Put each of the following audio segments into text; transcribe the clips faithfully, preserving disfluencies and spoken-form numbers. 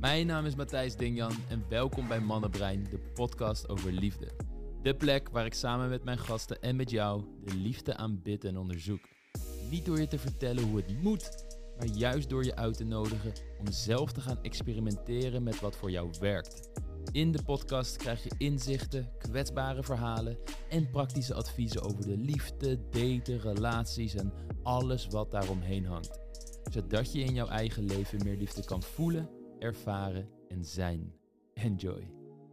Mijn naam is Matthijs Dingjan en welkom bij Mannenbrein, de podcast over liefde. De plek waar ik samen met mijn gasten en met jou de liefde aanbid en onderzoek. Niet door je te vertellen hoe het moet, maar juist door je uit te nodigen om zelf te gaan experimenteren met wat voor jou werkt. In de podcast krijg je inzichten, kwetsbare verhalen en praktische adviezen over de liefde, daten, relaties en alles wat daaromheen hangt. Zodat je in jouw eigen leven meer liefde kan voelen, ervaren en zijn. Enjoy.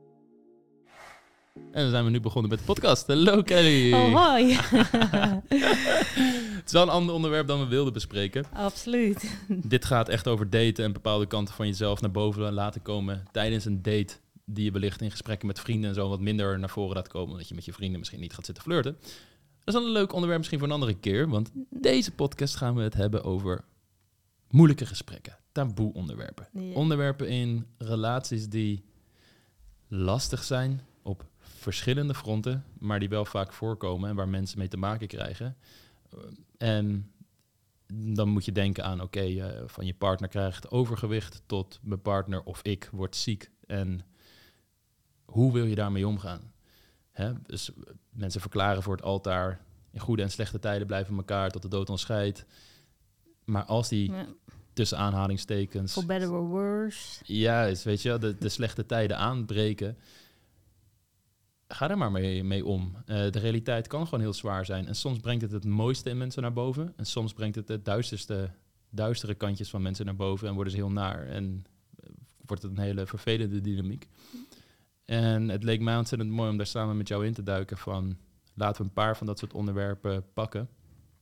En dan zijn we nu begonnen met de podcast. Hallo Kelly. Oh, hoi. Het is wel een ander onderwerp dan we wilden bespreken. Absoluut. Dit gaat echt over daten en bepaalde kanten van jezelf naar boven laten komen tijdens een date die je wellicht in gesprekken met vrienden en zo wat minder naar voren laat komen, omdat je met je vrienden misschien niet gaat zitten flirten. Dat is dan een leuk onderwerp misschien voor een andere keer, want deze podcast gaan we het hebben over moeilijke gesprekken, taboe onderwerpen. Ja. Onderwerpen in relaties die lastig zijn op verschillende fronten, maar die wel vaak voorkomen en waar mensen mee te maken krijgen. En dan moet je denken aan, oké, okay, uh, van je partner krijgt overgewicht tot mijn partner of ik word ziek. En hoe wil je daarmee omgaan? Hè? Dus mensen verklaren voor het altaar, in goede en slechte tijden blijven elkaar tot de dood ons scheidt. Maar als die Ja. tussen aanhalingstekens... For better or worse. Juist, weet je, de, de slechte tijden aanbreken. Ga er maar mee, mee om. Uh, de realiteit kan gewoon heel zwaar zijn. En soms brengt het het mooiste in mensen naar boven. En soms brengt het de duisterste, duistere kantjes van mensen naar boven. En worden ze heel naar. En uh, wordt het een hele vervelende dynamiek. En het leek mij ontzettend mooi om daar samen met jou in te duiken van... laten we een paar van dat soort onderwerpen pakken.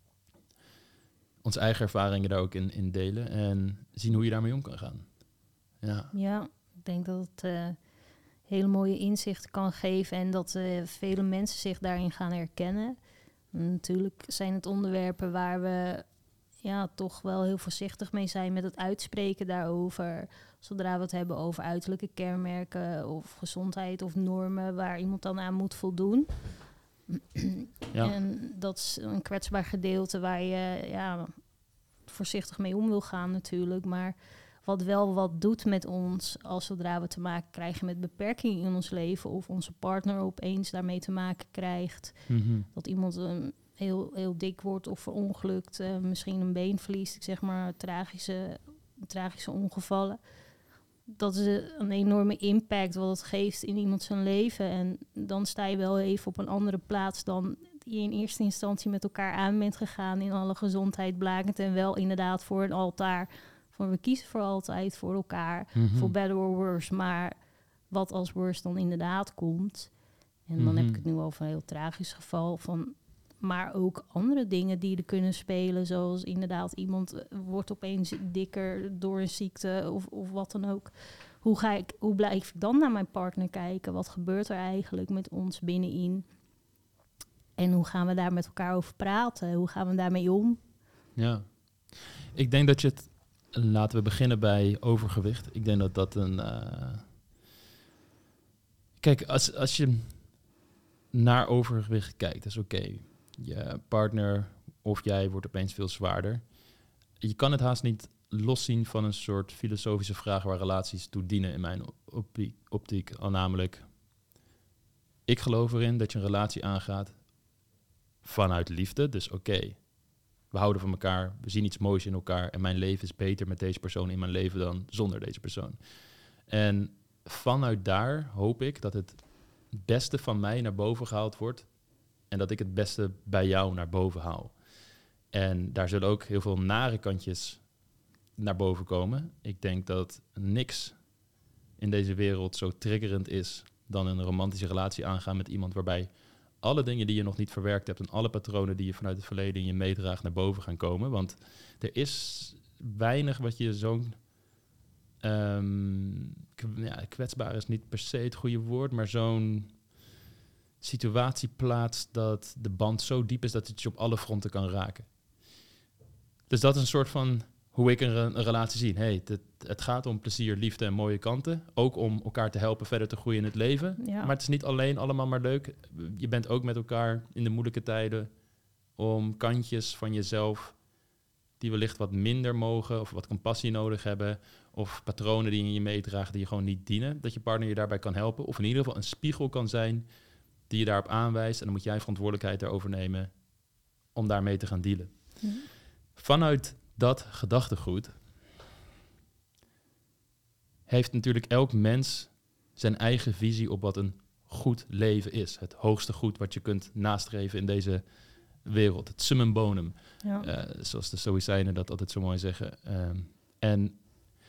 Onze eigen ervaringen daar ook in, in delen. En zien hoe je daarmee om kan gaan. Ja, Ja, ik denk dat het uh, hele mooie inzichten kan geven en dat uh, vele mensen zich daarin gaan herkennen. Natuurlijk zijn het onderwerpen waar we ja, toch wel heel voorzichtig mee zijn met het uitspreken daarover. Zodra we het hebben over uiterlijke kenmerken of gezondheid of normen waar iemand dan aan moet voldoen. Ja. En dat is een kwetsbaar gedeelte waar je ja, voorzichtig mee om wil gaan natuurlijk. Maar wat wel wat doet met ons als zodra we te maken krijgen met beperkingen in ons leven... of onze partner opeens daarmee te maken krijgt. Mm-hmm. Dat iemand um, heel, heel dik wordt of verongelukt, uh, misschien een been verliest. Ik zeg maar tragische, tragische ongevallen. Dat is een enorme impact wat het geeft in iemand zijn leven. En dan sta je wel even op een andere plaats dan je in eerste instantie met elkaar aan bent gegaan in alle gezondheid blakend. En wel inderdaad voor een altaar. Van we kiezen voor altijd voor elkaar. Mm-hmm. For better or worse. Maar wat als worse dan inderdaad komt. En dan Mm-hmm. heb ik het nu over een heel tragisch geval van... Maar ook andere dingen die er kunnen spelen. Zoals inderdaad iemand wordt opeens dikker door een ziekte of, of wat dan ook. Hoe, ga ik, hoe blijf ik dan naar mijn partner kijken? Wat gebeurt er eigenlijk met ons binnenin? En hoe gaan we daar met elkaar over praten? Hoe gaan we daarmee om? Ja, ik denk dat je het... Laten we beginnen bij overgewicht. Ik denk dat dat een... Uh... Kijk, als, als je naar overgewicht kijkt, is oké. Okay. Je partner of jij wordt opeens veel zwaarder. Je kan het haast niet loszien van een soort filosofische vraag waar relaties toe dienen in mijn optiek. optiek al namelijk, ik geloof erin dat je een relatie aangaat vanuit liefde. Dus oké, okay, we houden van elkaar, we zien iets moois in elkaar en mijn leven is beter met deze persoon in mijn leven dan zonder deze persoon. En vanuit daar hoop ik dat het beste van mij naar boven gehaald wordt en dat ik het beste bij jou naar boven haal. En daar zullen ook heel veel nare kantjes naar boven komen. Ik denk dat niks in deze wereld zo triggerend is dan een romantische relatie aangaan met iemand waarbij alle dingen die je nog niet verwerkt hebt en alle patronen die je vanuit het verleden in je meedraagt naar boven gaan komen. Want er is weinig wat je zo'n um, k- ja, kwetsbaar is niet per se het goede woord, maar zo'n situatie plaatst dat de band zo diep is dat het je op alle fronten kan raken. Dus dat is een soort van hoe ik een, een relatie zie. Hey, het, het gaat om plezier, liefde en mooie kanten. Ook om elkaar te helpen verder te groeien in het leven. Ja. Maar het is niet alleen allemaal maar leuk. Je bent ook met elkaar in de moeilijke tijden om kantjes van jezelf die wellicht wat minder mogen of wat compassie nodig hebben, of patronen die in je meedragen die je gewoon niet dienen, dat je partner je daarbij kan helpen, of in ieder geval een spiegel kan zijn die je daarop aanwijst en dan moet jij verantwoordelijkheid daarover nemen om daarmee te gaan dealen. Mm-hmm. Vanuit dat gedachtegoed heeft natuurlijk elk mens zijn eigen visie op wat een goed leven is. Het hoogste goed wat je kunt nastreven in deze wereld. Het summum bonum. Ja. Uh, zoals de Stoïcijnen dat altijd zo mooi zeggen. Um, en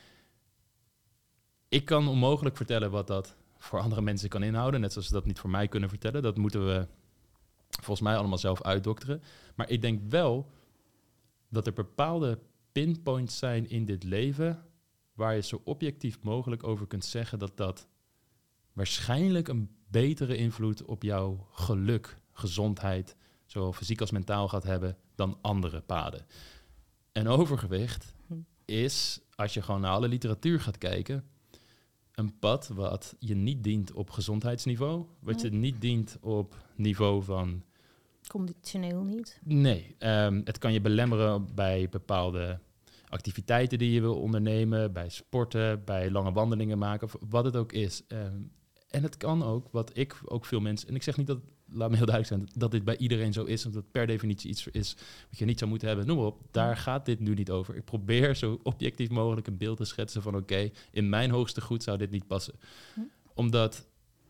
ik kan onmogelijk vertellen wat dat voor andere mensen kan inhouden. Net zoals ze dat niet voor mij kunnen vertellen. Dat moeten we volgens mij allemaal zelf uitdokteren. Maar ik denk wel dat er bepaalde pinpoints zijn in dit leven waar je zo objectief mogelijk over kunt zeggen dat dat waarschijnlijk een betere invloed op jouw geluk, gezondheid, zowel fysiek als mentaal gaat hebben dan andere paden. En overgewicht is, als je gewoon naar alle literatuur gaat kijken, een pad wat je niet dient op gezondheidsniveau, wat je niet dient op niveau van... Conditioneel niet? Nee, um, het kan je belemmeren bij bepaalde activiteiten die je wil ondernemen, bij sporten, bij lange wandelingen maken, of wat het ook is. Um, en het kan ook, wat ik ook veel mensen... En ik zeg niet dat, laat me heel duidelijk zijn, dat dit bij iedereen zo is, omdat het per definitie iets is wat je niet zou moeten hebben. Noem maar op, daar gaat dit nu niet over. Ik probeer zo objectief mogelijk een beeld te schetsen van oké, okay, in mijn hoogste goed zou dit niet passen. Hm. Omdat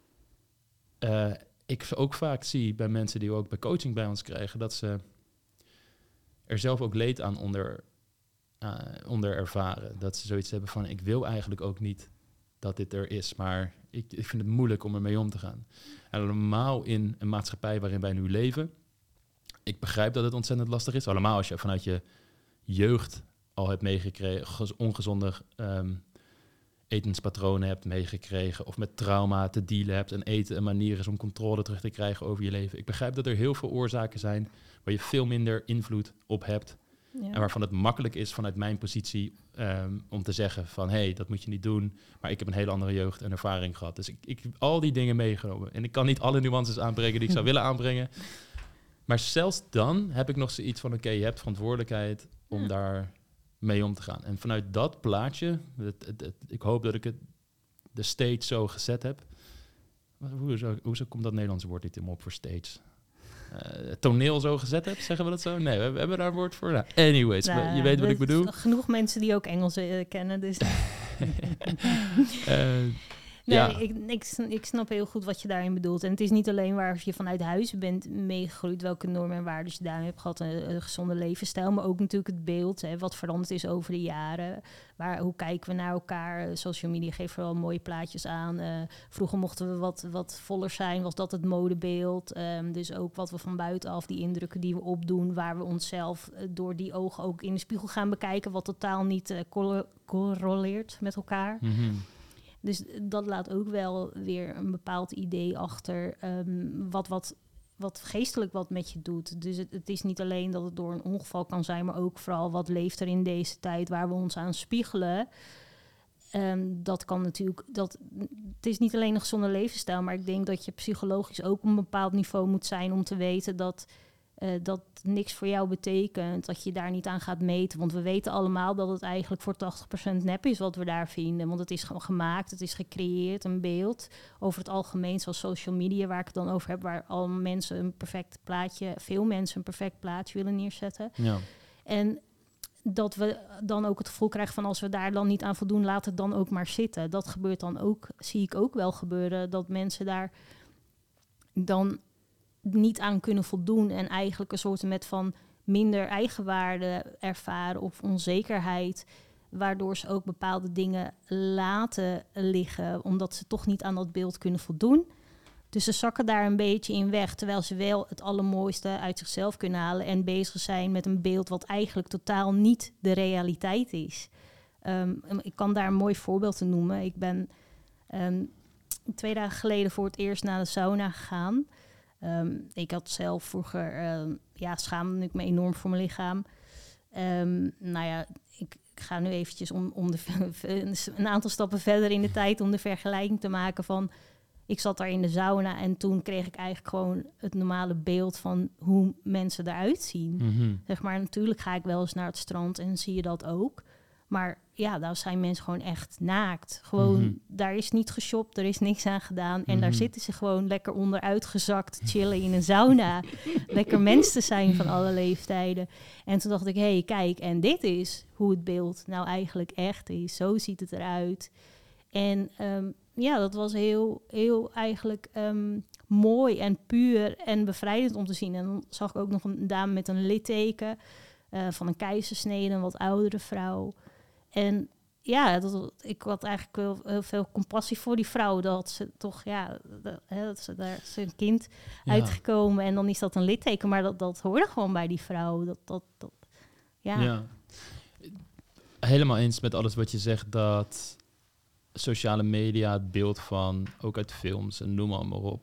uh, ik ook vaak zie bij mensen die we ook bij coaching bij ons krijgen, dat ze er zelf ook leed aan onder, uh, onder ervaren. Dat ze zoiets hebben van, ik wil eigenlijk ook niet dat dit er is, maar ik, ik vind het moeilijk om ermee om te gaan. En allemaal in een maatschappij waarin wij nu leven. Ik begrijp dat het ontzettend lastig is. Allemaal als je vanuit je jeugd al hebt meegekregen, ongezonde um, etenspatronen hebt meegekregen, of met trauma te dealen hebt en eten een manier is om controle terug te krijgen over je leven. Ik begrijp dat er heel veel oorzaken zijn waar je veel minder invloed op hebt. Ja. En waarvan het makkelijk is vanuit mijn positie um, om te zeggen van, hé, hey, dat moet je niet doen. Maar ik heb een hele andere jeugd en ervaring gehad. Dus ik, ik heb al die dingen meegenomen. En ik kan niet alle nuances aanbrengen die ik zou willen aanbrengen. Maar zelfs dan heb ik nog zoiets van, oké, okay, je hebt verantwoordelijkheid om ja. daar mee om te gaan. En vanuit dat plaatje, het, het, het, ik hoop dat ik het de stage zo gezet heb. Hoe, hoe, hoe komt dat Nederlandse woord niet helemaal op voor stage? Uh, toneel zo gezet heb, zeggen we dat zo? Nee, we, we hebben daar een woord voor. Nou, anyways, nou, je weet wat ik bedoel. Genoeg mensen die ook Engels uh, kennen, dus... uh, nee, ja. ik, ik, ik snap heel goed wat je daarin bedoelt. En het is niet alleen waar je vanuit huis bent meegegroeid, welke normen en waarden je daarin hebt gehad, een, een gezonde levensstijl, maar ook natuurlijk het beeld, hè, wat veranderd is over de jaren. Waar, hoe kijken we naar elkaar? Social media geeft vooral mooie plaatjes aan. Uh, vroeger mochten we wat, wat voller zijn, was dat het modebeeld. Um, dus ook wat we van buitenaf, die indrukken die we opdoen, waar we onszelf uh, door die ogen ook in de spiegel gaan bekijken, wat totaal niet uh, correleert met elkaar. Mm-hmm. Dus dat laat ook wel weer een bepaald idee achter, um, wat, wat, wat geestelijk wat met je doet. Dus het, het is niet alleen dat het door een ongeval kan zijn, maar ook vooral wat leeft er in deze tijd waar we ons aan spiegelen. Um, dat kan natuurlijk, dat, het is niet alleen een gezonde levensstijl, maar ik denk dat je psychologisch ook op een bepaald niveau moet zijn om te weten dat Uh, dat niks voor jou betekent, dat je daar niet aan gaat meten. Want we weten allemaal dat het eigenlijk voor tachtig procent nep is wat we daar vinden. Want het is gewoon gemaakt, het is gecreëerd, een beeld. Over het algemeen, zoals social media, waar ik het dan over heb, waar al mensen een perfect plaatje, veel mensen een perfect plaatje willen neerzetten. Ja. En dat we dan ook het gevoel krijgen van, als we daar dan niet aan voldoen, laat het dan ook maar zitten. Dat gebeurt dan ook, zie ik ook wel gebeuren, dat mensen daar dan niet aan kunnen voldoen en eigenlijk een soort met van minder eigenwaarde ervaren of onzekerheid, waardoor ze ook bepaalde dingen laten liggen, omdat ze toch niet aan dat beeld kunnen voldoen. Dus ze zakken daar een beetje in weg, terwijl ze wel het allermooiste uit zichzelf kunnen halen en bezig zijn met een beeld wat eigenlijk totaal niet de realiteit is. Um, ik kan daar een mooi voorbeeld te noemen. Ik ben um, twee dagen geleden voor het eerst naar de sauna gegaan. Um, ik had zelf vroeger, um, ja, schaamde ik me enorm voor mijn lichaam. Um, nou ja, ik, ik ga nu eventjes om, om de, een aantal stappen verder in de tijd om de vergelijking te maken van, ik zat daar in de sauna en toen kreeg ik eigenlijk gewoon het normale beeld van hoe mensen eruit zien. Mm-hmm. Zeg maar, natuurlijk ga ik wel eens naar het strand en zie je dat ook. Maar ja, daar zijn mensen gewoon echt naakt. Gewoon, Mm-hmm. daar is niet geshopt, er is niks aan gedaan. En Mm-hmm. daar zitten ze gewoon lekker onderuitgezakt, chillen in een sauna. Lekker mensen te zijn van alle leeftijden. En toen dacht ik, hé, hey, kijk, en dit is hoe het beeld nou eigenlijk echt is. Zo ziet het eruit. En um, ja, dat was heel, heel eigenlijk um, mooi en puur en bevrijdend om te zien. En dan zag ik ook nog een dame met een litteken uh, van een keizersnede, een wat oudere vrouw. En ja, dat, ik had eigenlijk wel heel veel compassie voor die vrouw. Dat ze toch, ja, dat, hè, dat ze daar is een kind Ja. uitgekomen en dan is dat een litteken. Maar dat, dat hoorde gewoon bij die vrouw. Dat, dat, dat, ja. ja. Helemaal eens met alles wat je zegt, dat sociale media, het beeld van, ook uit films en noem maar op,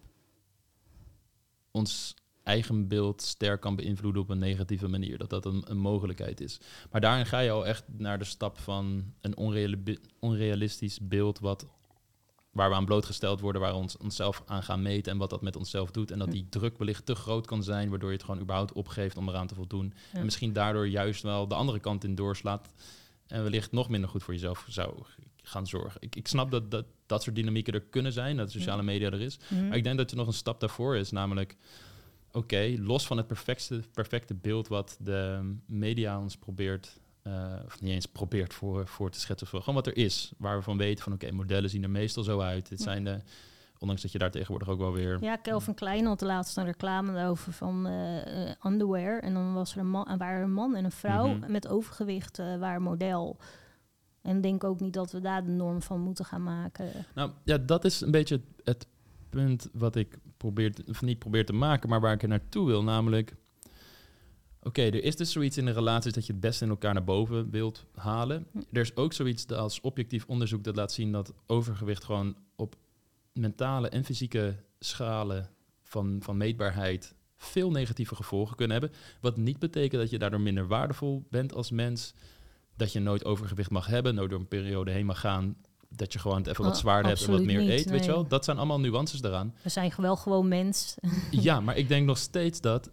ons eigen beeld sterk kan beïnvloeden op een negatieve manier. Dat dat een, een mogelijkheid is. Maar daarin ga je al echt naar de stap van een onreali- onrealistisch beeld wat, waar we aan blootgesteld worden, waar we ons, onszelf aan gaan meten en wat dat met onszelf doet. En dat die druk wellicht te groot kan zijn, waardoor je het gewoon überhaupt opgeeft om eraan te voldoen. Ja. En misschien daardoor juist wel de andere kant in doorslaat en wellicht nog minder goed voor jezelf zou gaan zorgen. Ik, ik snap dat, dat dat soort dynamieken er kunnen zijn, dat sociale media er is. Mm-hmm. Maar ik denk dat er nog een stap daarvoor is, namelijk, oké, okay, los van het perfecte, perfecte beeld wat de media ons probeert, uh, of niet eens probeert voor, voor te schetsen, voor, gewoon wat er is, waar we van weten van, oké, okay, modellen zien er meestal zo uit. Dit zijn de, ondanks dat je daar tegenwoordig ook wel weer... Ja, Calvin Klein had de laatst een reclame over van uh, uh, underwear. En dan was er een man, waren een man en een vrouw Mm-hmm. met overgewicht uh, waar model. En ik denk ook niet dat we daar de norm van moeten gaan maken. Nou ja, dat is een beetje het, het punt wat ik probeer, te, of niet probeer te maken, maar waar ik er naartoe wil. Namelijk, oké, okay, er is dus zoiets in de relaties dat je het beste in elkaar naar boven wilt halen. Hm. Er is ook zoiets als objectief onderzoek dat laat zien dat overgewicht gewoon op mentale en fysieke schalen van, van meetbaarheid veel negatieve gevolgen kunnen hebben. Wat niet betekent dat je daardoor minder waardevol bent als mens. Dat je nooit overgewicht mag hebben, nooit door een periode heen mag gaan. Dat je gewoon het even wat Oh, zwaarder hebt en wat meer niet, eet, nee. weet je wel? Dat zijn allemaal nuances daaraan. We zijn wel gewoon mens. Ja, maar ik denk nog steeds dat,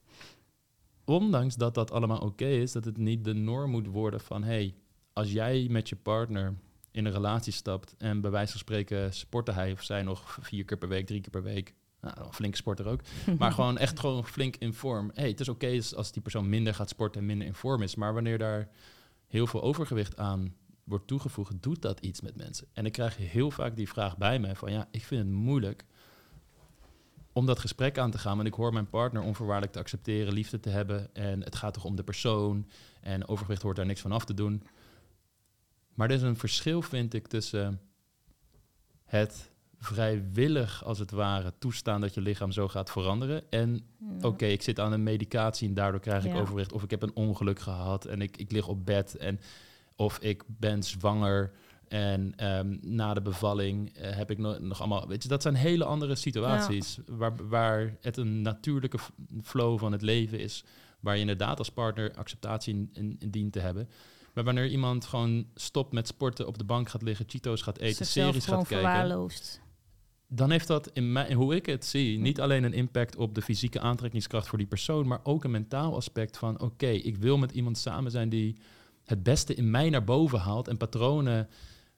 ondanks dat dat allemaal oké okay is, dat het niet de norm moet worden van, hey, als jij met je partner in een relatie stapt en bij wijze van spreken sporten hij of zij nog vier keer per week, drie keer per week, nou, een flinke sporter ook, maar gewoon echt gewoon flink in vorm. Hey, het is oké okay als die persoon minder gaat sporten en minder in vorm is, maar wanneer daar heel veel overgewicht aan wordt toegevoegd, doet dat iets met mensen. En ik krijg heel vaak die vraag bij me van, ja, ik vind het moeilijk om dat gesprek aan te gaan, want ik hoor mijn partner onvoorwaardelijk te accepteren, liefde te hebben en het gaat toch om de persoon en overgewicht hoort daar niks van af te doen. Maar er is een verschil, vind ik, tussen het vrijwillig, als het ware, toestaan dat je lichaam zo gaat veranderen en Ja. oké, okay, ik zit aan een medicatie en daardoor krijg ik Ja. overgewicht, of ik heb een ongeluk gehad en ik, ik lig op bed en of ik ben zwanger en um, na de bevalling uh, heb ik no- nog allemaal... Weet je, dat zijn hele andere situaties ja. waar, waar het een natuurlijke f- flow van het leven is, waar je inderdaad als partner acceptatie in, in, in dient te hebben. Maar wanneer iemand gewoon stopt met sporten, op de bank gaat liggen, Cheetos gaat eten, Zichzelf series gaat kijken, verwaarloosd. dan heeft dat, in mij, hoe ik het zie, niet alleen een impact op de fysieke aantrekkingskracht voor die persoon, maar ook een mentaal aspect van, oké, okay, ik wil met iemand samen zijn die het beste in mij naar boven haalt en patronen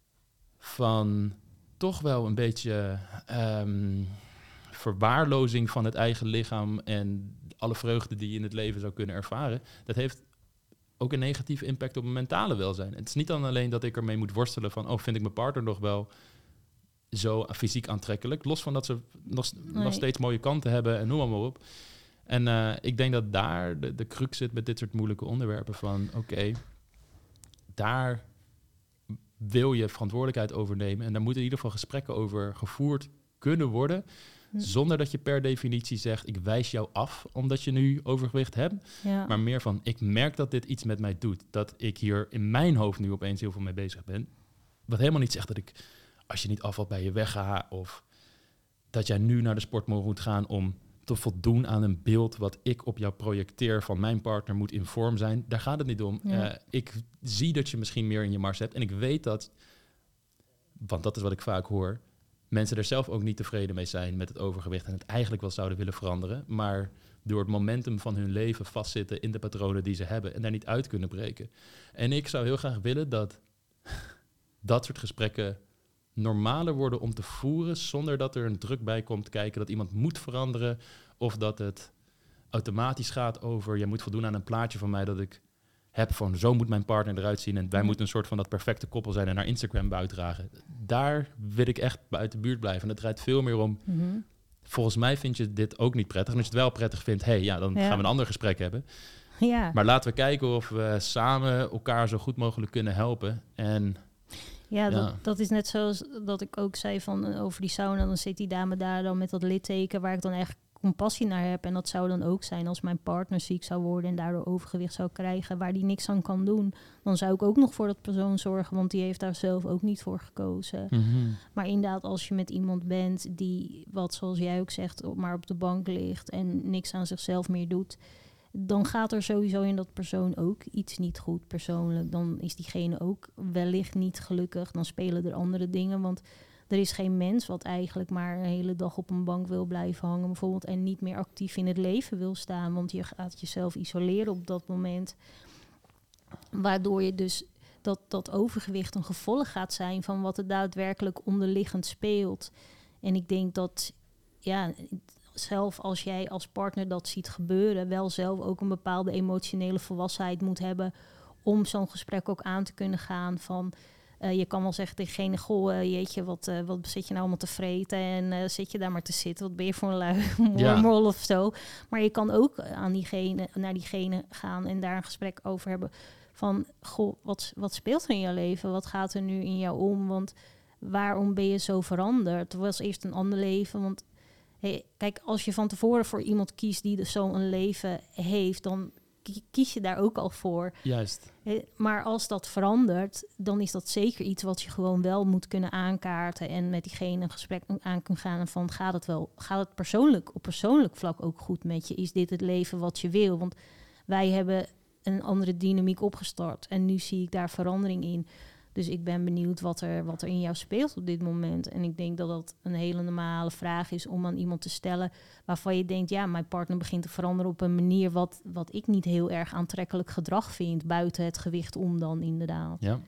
van toch wel een beetje um, verwaarlozing van het eigen lichaam en alle vreugde die je in het leven zou kunnen ervaren, dat heeft ook een negatieve impact op mijn mentale welzijn. Het is niet dan alleen dat ik ermee moet worstelen van, oh, vind ik mijn partner nog wel zo fysiek aantrekkelijk, los van dat ze nog, Nee. nog steeds mooie kanten hebben en noem maar op. En uh, ik denk dat daar de, de crux zit met dit soort moeilijke onderwerpen van, oké, okay, daar wil je verantwoordelijkheid over nemen en daar moeten in ieder geval gesprekken over gevoerd kunnen worden, hm. zonder dat je per definitie zegt, ik wijs jou af omdat je nu overgewicht hebt, Ja. maar meer van, ik merk dat dit iets met mij doet, dat ik hier in mijn hoofd nu opeens heel veel mee bezig ben. Wat helemaal niet zegt dat ik, als je niet afvalt, bij je wegga, of dat jij nu naar de sportmorgen moet gaan om te voldoen aan een beeld wat ik op jou projecteer van mijn partner moet in vorm zijn. Daar gaat het niet om. Ja. Uh, ik zie dat je misschien meer in je mars hebt en ik weet dat, want dat is wat ik vaak hoor, mensen er zelf ook niet tevreden mee zijn met het overgewicht en het eigenlijk wel zouden willen veranderen, maar door het momentum van hun leven vastzitten in de patronen die ze hebben en daar niet uit kunnen breken. En ik zou heel graag willen dat dat soort gesprekken normaler worden om te voeren zonder dat er een druk bij komt kijken dat iemand moet veranderen of dat het automatisch gaat over je moet voldoen aan een plaatje van mij dat ik heb van zo moet mijn partner eruit zien en wij moeten een soort van dat perfecte koppel zijn en naar Instagram uitdragen. Daar wil ik echt buiten de buurt blijven. En het draait veel meer om, Mm-hmm. volgens mij vind je dit ook niet prettig. En als je het wel prettig vindt, hey, ja, dan Ja. gaan we een ander gesprek hebben. Ja. Maar laten we kijken of we samen elkaar zo goed mogelijk kunnen helpen. En Ja, Ja. Dat, dat is net zoals dat ik ook zei van eh, over die sauna. Dan zit die dame daar dan met dat litteken waar ik dan echt compassie naar heb. En dat zou dan ook zijn als mijn partner ziek zou worden en daardoor overgewicht zou krijgen, waar die niks aan kan doen. Dan zou ik ook nog voor dat persoon zorgen, want die heeft daar zelf ook niet voor gekozen. mm-hmm. Maar inderdaad, als je met iemand bent die, wat zoals jij ook zegt, op- maar op de bank ligt en niks aan zichzelf meer doet, dan gaat er sowieso in dat persoon ook iets niet goed persoonlijk. Dan is diegene ook wellicht niet gelukkig. Dan spelen er andere dingen, want er is geen mens wat eigenlijk maar een hele dag op een bank wil blijven hangen bijvoorbeeld en niet meer actief in het leven wil staan, want je gaat jezelf isoleren op dat moment. Waardoor je dus dat, dat overgewicht een gevolg gaat zijn van wat er daadwerkelijk onderliggend speelt. En ik denk dat, ja, zelf als jij als partner dat ziet gebeuren, wel zelf ook een bepaalde emotionele volwassenheid moet hebben om zo'n gesprek ook aan te kunnen gaan van, uh, je kan wel zeggen tegen diegene, goh, uh, jeetje, wat, uh, wat zit je nou allemaal te vreten en uh, zit je daar maar te zitten, wat ben je voor een lui mormel of zo. Maar je kan ook aan diegene, naar diegene gaan en daar een gesprek over hebben van, goh, wat, wat speelt er in jouw leven? Wat gaat er nu in jou om? Want waarom ben je zo veranderd? Het was eerst een ander leven, want hey, kijk, als je van tevoren voor iemand kiest die dus zo'n leven heeft, dan kies je daar ook al voor. Juist. Hey, maar als dat verandert, dan is dat zeker iets wat je gewoon wel moet kunnen aankaarten en met diegene een gesprek aan kunnen gaan van, gaat het wel, gaat het persoonlijk, op persoonlijk vlak ook goed met je? Is dit het leven wat je wil? Want wij hebben een andere dynamiek opgestart en nu zie ik daar verandering in. Dus ik ben benieuwd wat er, wat er in jou speelt op dit moment. En ik denk dat dat een hele normale vraag is om aan iemand te stellen waarvan je denkt, ja, mijn partner begint te veranderen op een manier wat, wat ik niet heel erg aantrekkelijk gedrag vind, buiten het gewicht om dan inderdaad. Ja.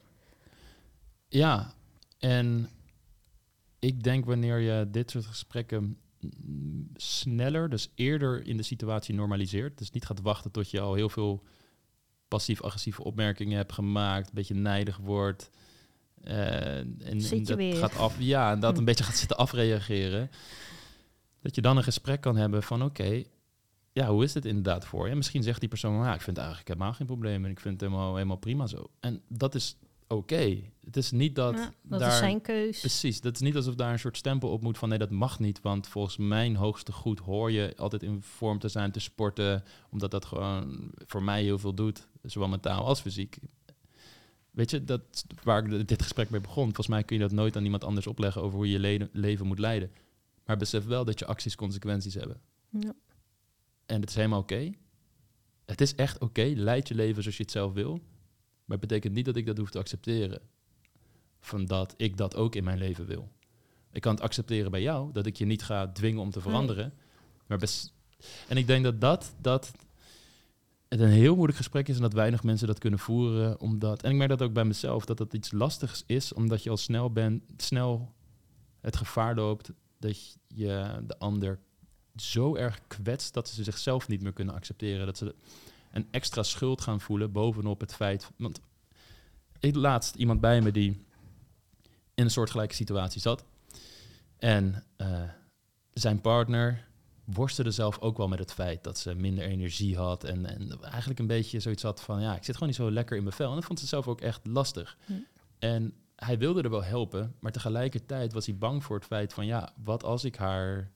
Ja, en ik denk wanneer je dit soort gesprekken sneller, dus eerder in de situatie normaliseert, dus niet gaat wachten tot je al heel veel passief-agressieve opmerkingen hebt gemaakt, een beetje nijdig wordt. Uh, en, en dat weer. gaat af, ja, en dat een beetje gaat zitten afreageren. Dat je dan een gesprek kan hebben van oké, okay, ja, hoe is het inderdaad voor je? En misschien zegt die persoon, ja, ik vind eigenlijk helemaal geen probleem en ik vind het helemaal, helemaal prima zo. En dat is oké. Okay. Het is niet dat... Ja, dat daar, is zijn keus. Precies, dat is niet alsof daar een soort stempel op moet van nee, dat mag niet, want volgens mijn hoogste goed hoor je altijd in vorm te zijn, te sporten, omdat dat gewoon voor mij heel veel doet, zowel mentaal als fysiek. Weet je, dat waar ik dit gesprek mee begon, volgens mij kun je dat nooit aan iemand anders opleggen over hoe je le- leven moet leiden. Maar besef wel dat je acties consequenties hebben. Ja. En het is helemaal oké. Okay. Het is echt oké, okay. Leid je leven zoals je het zelf wil. Maar het betekent niet dat ik dat hoef te accepteren. Van dat ik dat ook in mijn leven wil. Ik kan het accepteren bij jou, dat ik je niet ga dwingen om te veranderen. Nee. Maar best, en ik denk dat dat, dat het een heel moeilijk gesprek is en dat weinig mensen dat kunnen voeren. Omdat, en ik merk dat ook bij mezelf, dat dat iets lastigs is, omdat je al snel bent, snel het gevaar loopt dat je de ander zo erg kwetst dat ze zichzelf niet meer kunnen accepteren. Dat ze een extra schuld gaan voelen bovenop het feit. Want ik laatst iemand bij me die in een soortgelijke situatie zat. En uh, zijn partner worstelde zelf ook wel met het feit dat ze minder energie had. En, en eigenlijk een beetje zoiets had van, ja, ik zit gewoon niet zo lekker in mijn vel. En dat vond ze zelf ook echt lastig. Hm. En hij wilde er wel helpen, maar tegelijkertijd was hij bang voor het feit van, ja, wat als ik haar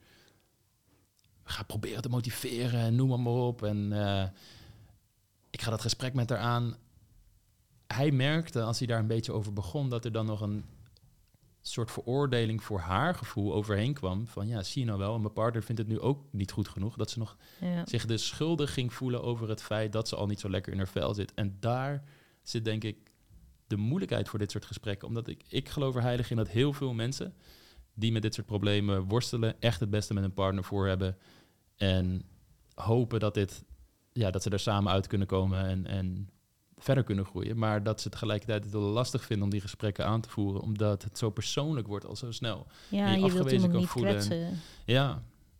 ga proberen te motiveren en noem maar op. En uh, ik ga dat gesprek met haar aan. Hij merkte, als hij daar een beetje over begon, dat er dan nog een soort veroordeling voor haar gevoel overheen kwam. Van ja, zie je nou wel, en mijn partner vindt het nu ook niet goed genoeg. Dat ze nog ja. zich dus schuldig ging voelen over het feit dat ze al niet zo lekker in haar vel zit. En daar zit denk ik de moeilijkheid voor dit soort gesprekken. Omdat ik, ik geloof er heilig in dat heel veel mensen die met dit soort problemen worstelen, echt het beste met een partner voor hebben en hopen dat, dit, ja, dat ze er samen uit kunnen komen en, en verder kunnen groeien. Maar dat ze tegelijkertijd het wel lastig vinden om die gesprekken aan te voeren, omdat het zo persoonlijk wordt al zo snel. Ja, je je, je wilt afgewezen iemand kan niet voelen en- kwetsen. Ja,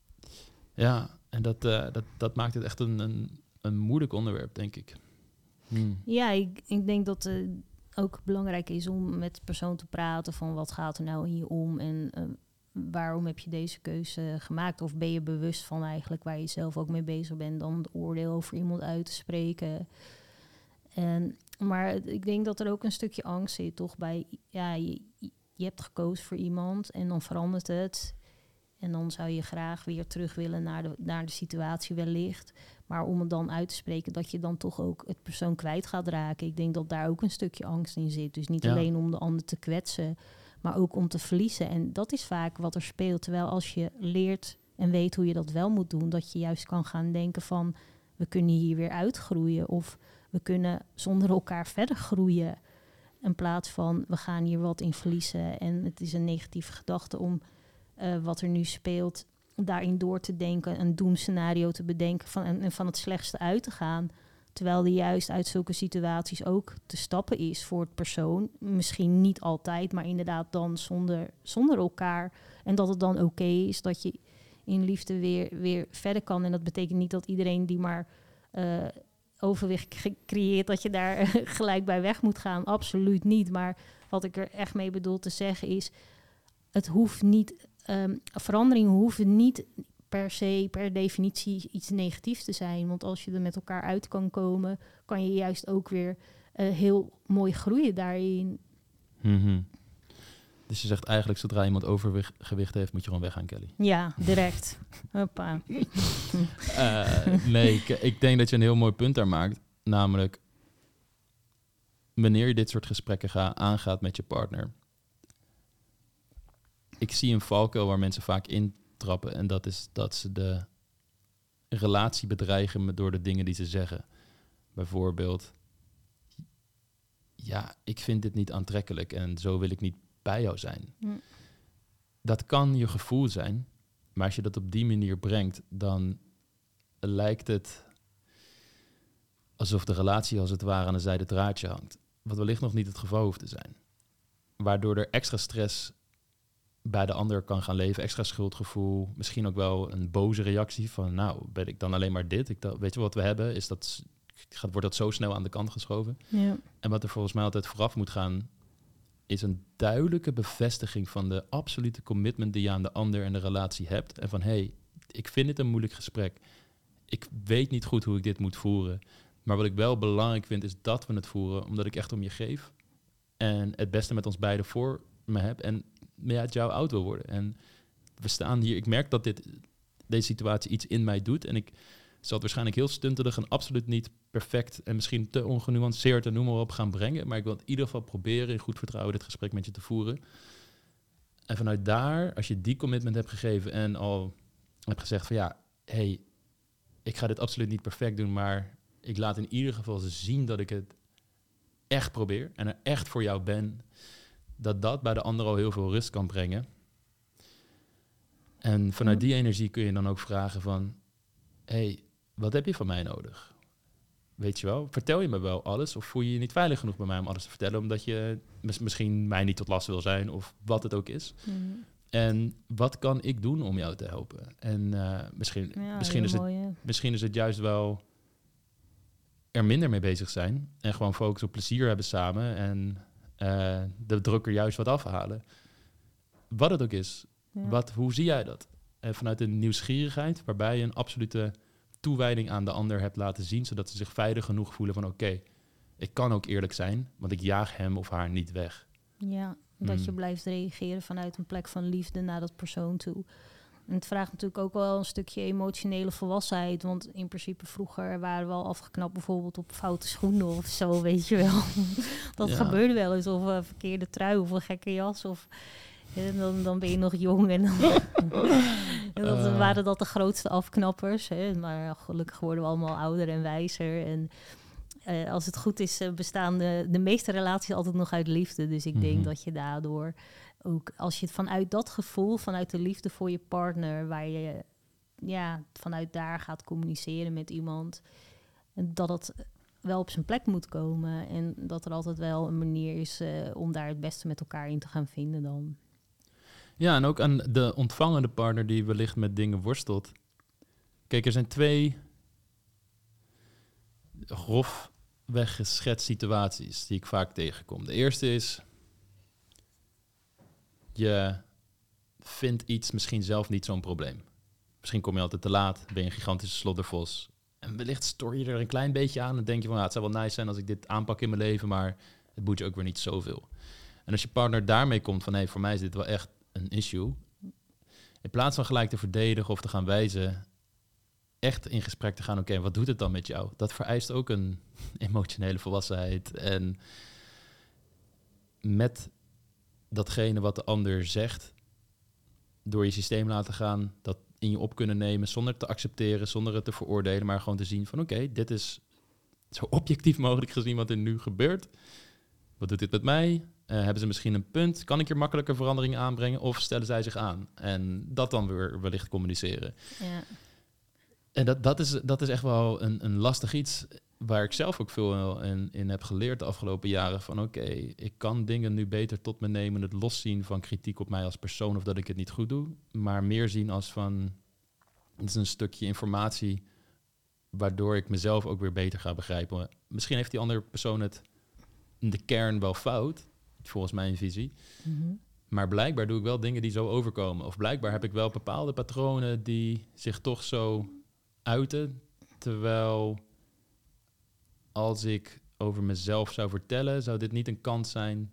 ja. En dat, uh, dat, dat maakt het echt een, een, een moeilijk onderwerp, denk ik. Hmm. Ja, ik, ik denk dat het ook belangrijk is om met de persoon te praten van wat gaat er nou in je om en uh, waarom heb je deze keuze gemaakt? Of ben je bewust van eigenlijk waar je zelf ook mee bezig bent dan het oordeel over iemand uit te spreken? En, maar ik denk dat er ook een stukje angst zit, toch? Bij, ja, je, je hebt gekozen voor iemand en dan verandert het. En dan zou je graag weer terug willen naar de, naar de situatie wellicht. Maar om het dan uit te spreken dat je dan toch ook het persoon kwijt gaat raken. Ik denk dat daar ook een stukje angst in zit. Dus niet Ja. alleen om de ander te kwetsen, maar ook om te verliezen. En dat is vaak wat er speelt. Terwijl als je leert en weet hoe je dat wel moet doen, dat je juist kan gaan denken van we kunnen hier weer uitgroeien. Of we kunnen zonder elkaar verder groeien. In plaats van we gaan hier wat in verliezen. En het is een negatieve gedachte om uh, wat er nu speelt daarin door te denken, een doemscenario te bedenken van, en, en van het slechtste uit te gaan. Terwijl er juist uit zulke situaties ook te stappen is voor het persoon. Misschien niet altijd, maar inderdaad dan zonder, zonder elkaar. En dat het dan oké okay is dat je in liefde weer, weer verder kan. En dat betekent niet dat iedereen die maar uh, overwicht creëert, dat je daar uh, gelijk bij weg moet gaan. Absoluut niet. Maar wat ik er echt mee bedoel te zeggen is, het hoeft niet, um, veranderingen hoeven niet per se, per definitie iets negatiefs te zijn. Want als je er met elkaar uit kan komen, kan je juist ook weer uh, heel mooi groeien daarin. Mm-hmm. Dus je zegt eigenlijk, zodra iemand overgewicht heeft, moet je gewoon weggaan, Kelly. Ja, direct. Hoppa. uh, nee, ik, ik denk dat je een heel mooi punt daar maakt. Namelijk, wanneer je dit soort gesprekken ga, aangaat met je partner. Ik zie een valkuil waar mensen vaak intrappen. En dat is dat ze de relatie bedreigen door de dingen die ze zeggen. Bijvoorbeeld, ja, ik vind dit niet aantrekkelijk en zo wil ik niet bij jou zijn. Hm. Dat kan je gevoel zijn, maar als je dat op die manier brengt, dan lijkt het alsof de relatie als het ware aan een zijden draadje hangt. Wat wellicht nog niet het geval hoeft te zijn. Waardoor er extra stress bij de ander kan gaan leven, extra schuldgevoel, misschien ook wel een boze reactie van, nou, ben ik dan alleen maar dit? Ik dacht, weet je wat we hebben? Is dat, gaat, wordt dat zo snel aan de kant geschoven? Ja. En wat er volgens mij altijd vooraf moet gaan, is een duidelijke bevestiging van de absolute commitment die je aan de ander en de relatie hebt. En van, hé, hey, ik vind dit een moeilijk gesprek. Ik weet niet goed hoe ik dit moet voeren. Maar wat ik wel belangrijk vind, is dat we het voeren, omdat ik echt om je geef. En het beste met ons beiden voor me heb. En ja, het jou oud wil worden. En we staan hier, ik merk dat dit, deze situatie iets in mij doet. En ik zal het waarschijnlijk heel stuntelig en absoluut niet perfect en misschien te ongenuanceerd en noem maar op gaan brengen. Maar ik wil in ieder geval proberen in goed vertrouwen dit gesprek met je te voeren. En vanuit daar, als je die commitment hebt gegeven en al hebt gezegd van ja, hé, hey, ik ga dit absoluut niet perfect doen, maar ik laat in ieder geval zien dat ik het echt probeer en er echt voor jou ben, dat dat bij de ander al heel veel rust kan brengen. En vanuit die energie kun je dan ook vragen van, hé, hey, wat heb je van mij nodig? Weet je wel, vertel je me wel alles of voel je je niet veilig genoeg bij mij om alles te vertellen, omdat je mis- misschien mij niet tot last wil zijn of wat het ook is. Mm. En wat kan ik doen om jou te helpen? En uh, misschien, ja, misschien, is het, mooi, misschien is het juist wel er minder mee bezig zijn en gewoon focus op plezier hebben samen en uh, de druk er juist wat afhalen. Wat het ook is, ja. wat, hoe zie jij dat? En vanuit een nieuwsgierigheid, waarbij je een absolute toewijding aan de ander hebt laten zien, zodat ze zich veilig genoeg voelen van oké, okay, ik kan ook eerlijk zijn, want ik jaag hem of haar niet weg. Ja, dat hmm. je blijft reageren vanuit een plek van liefde naar dat persoon toe. En het vraagt natuurlijk ook wel een stukje emotionele volwassenheid, want in principe vroeger waren we al afgeknapt bijvoorbeeld op foute schoenen of zo, weet je wel. Dat ja. gebeurde wel eens, of een verkeerde trui of een gekke jas of... En dan, dan ben je nog jong en dan, en dan uh. waren dat de grootste afknappers. Hè. Maar gelukkig worden we allemaal ouder en wijzer. En uh, als het goed is, uh, bestaan de, de meeste relaties altijd nog uit liefde. Dus ik mm-hmm. denk dat je daardoor ook als je het vanuit dat gevoel, vanuit de liefde voor je partner, waar je ja, vanuit daar gaat communiceren met iemand, dat het wel op zijn plek moet komen. En dat er altijd wel een manier is uh, om daar het beste met elkaar in te gaan vinden dan. Ja, en ook aan de ontvangende partner die wellicht met dingen worstelt. Kijk, er zijn twee grofweg geschetst situaties die ik vaak tegenkom. De eerste is, je vindt iets misschien zelf niet zo'n probleem. Misschien kom je altijd te laat, ben je een gigantische sloddervos. En wellicht stoor je er een klein beetje aan en denk je van, ja, het zou wel nice zijn als ik dit aanpak in mijn leven, maar het boet je ook weer niet zoveel. En als je partner daarmee komt van, hé, hey, voor mij is dit wel echt een issue. In plaats van gelijk te verdedigen of te gaan wijzen, echt in gesprek te gaan, oké, okay, wat doet het dan met jou? Dat vereist ook een emotionele volwassenheid. En met datgene wat de ander zegt, door je systeem laten gaan, dat in je op kunnen nemen, zonder te accepteren, zonder het te veroordelen, maar gewoon te zien van, oké, okay, dit is zo objectief mogelijk gezien wat er nu gebeurt. Wat doet dit met mij? Uh, hebben ze misschien een punt? Kan ik hier makkelijker veranderingen aanbrengen? Of stellen zij zich aan? En dat dan weer wellicht communiceren. Ja. En dat, dat, is, dat is echt wel een, een lastig iets waar ik zelf ook veel in, in heb geleerd de afgelopen jaren. Van oké, okay, ik kan dingen nu beter tot me nemen. Het loszien van kritiek op mij als persoon of dat ik het niet goed doe. Maar meer zien als van, het is een stukje informatie waardoor ik mezelf ook weer beter ga begrijpen. Misschien heeft die andere persoon het in de kern wel fout, volgens mijn visie. Mm-hmm. Maar blijkbaar doe ik wel dingen die zo overkomen. Of blijkbaar heb ik wel bepaalde patronen die zich toch zo uiten. Terwijl als ik over mezelf zou vertellen, zou dit niet een kant zijn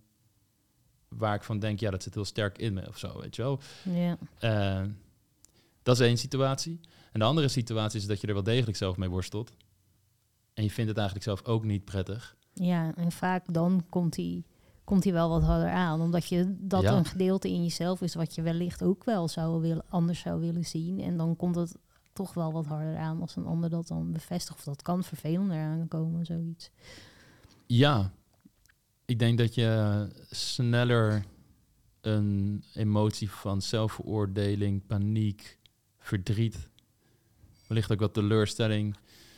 waar ik van denk, ja, dat zit heel sterk in me of zo, weet je wel. Ja. Uh, dat is één situatie. En de andere situatie is dat je er wel degelijk zelf mee worstelt. En je vindt het eigenlijk zelf ook niet prettig. Ja, en vaak dan komt die, komt die wel wat harder aan. Omdat je dat ja. een gedeelte in jezelf is wat je wellicht ook wel zou willen, anders zou willen zien. En dan komt het toch wel wat harder aan als een ander dat dan bevestigt. Of dat kan vervelender aankomen, zoiets. Ja, ik denk dat je sneller een emotie van zelfveroordeling, paniek, verdriet, wellicht ook wat teleurstelling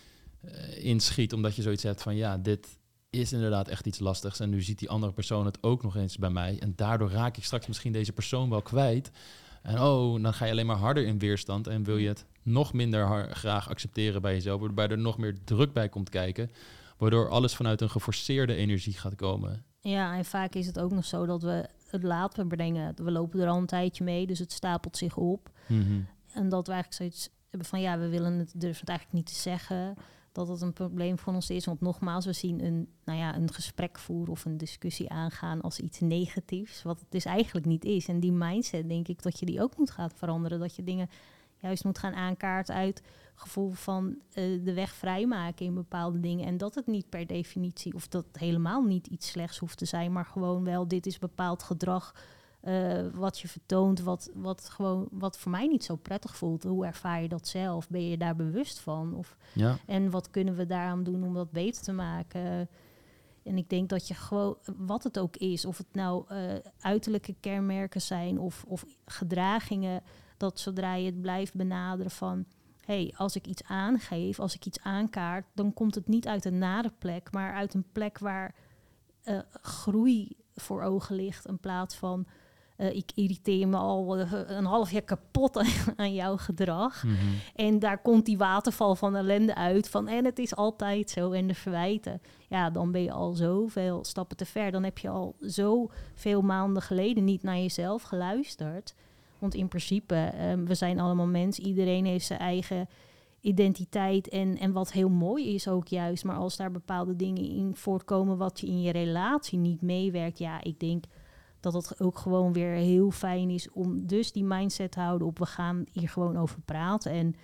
uh, inschiet, omdat je zoiets hebt van, ja, dit is inderdaad echt iets lastigs en nu ziet die andere persoon het ook nog eens bij mij en daardoor raak ik straks misschien deze persoon wel kwijt. En oh, dan ga je alleen maar harder in weerstand en wil je het nog minder har- graag accepteren bij jezelf, waarbij er nog meer druk bij komt kijken, waardoor alles vanuit een geforceerde energie gaat komen. Ja, en vaak is het ook nog zo dat we het laten brengen. We lopen er al een tijdje mee, dus het stapelt zich op. Mm-hmm. En dat we eigenlijk zoiets hebben van, ja, we willen het, durven het eigenlijk niet te zeggen dat het een probleem voor ons is. Want nogmaals, we zien een, nou ja, een gesprek voeren of een discussie aangaan als iets negatiefs, wat het dus eigenlijk niet is. En die mindset, denk ik, dat je die ook moet gaan veranderen. Dat je dingen juist moet gaan aankaarten uit gevoel van uh, de weg vrijmaken in bepaalde dingen. En dat het niet per definitie, of dat helemaal niet iets slechts hoeft te zijn, maar gewoon wel, dit is bepaald gedrag uh, wat je vertoont, wat, wat, gewoon, wat voor mij niet zo prettig voelt. Hoe ervaar je dat zelf? Ben je daar bewust van? Of, ja. En wat kunnen we daaraan doen om dat beter te maken? En ik denk dat je gewoon, wat het ook is, of het nou uh, uiterlijke kenmerken zijn of, of gedragingen, dat zodra je het blijft benaderen van, hey, als ik iets aangeef, als ik iets aankaart, dan komt het niet uit een nare plek, maar uit een plek waar uh, groei voor ogen ligt, in plaats van uh, ik irriteer me al uh, een half jaar kapot aan, aan jouw gedrag. Mm-hmm. En daar komt die waterval van ellende uit van, en het is altijd zo, en de verwijten. Ja, dan ben je al zoveel stappen te ver. Dan heb je al zoveel maanden geleden niet naar jezelf geluisterd. Want in principe, um, we zijn allemaal mens. Iedereen heeft zijn eigen identiteit. En, en wat heel mooi is ook juist. Maar als daar bepaalde dingen in voortkomen wat je in je relatie niet meewerkt. Ja, ik denk dat het ook gewoon weer heel fijn is om dus die mindset te houden op, we gaan hier gewoon over praten. En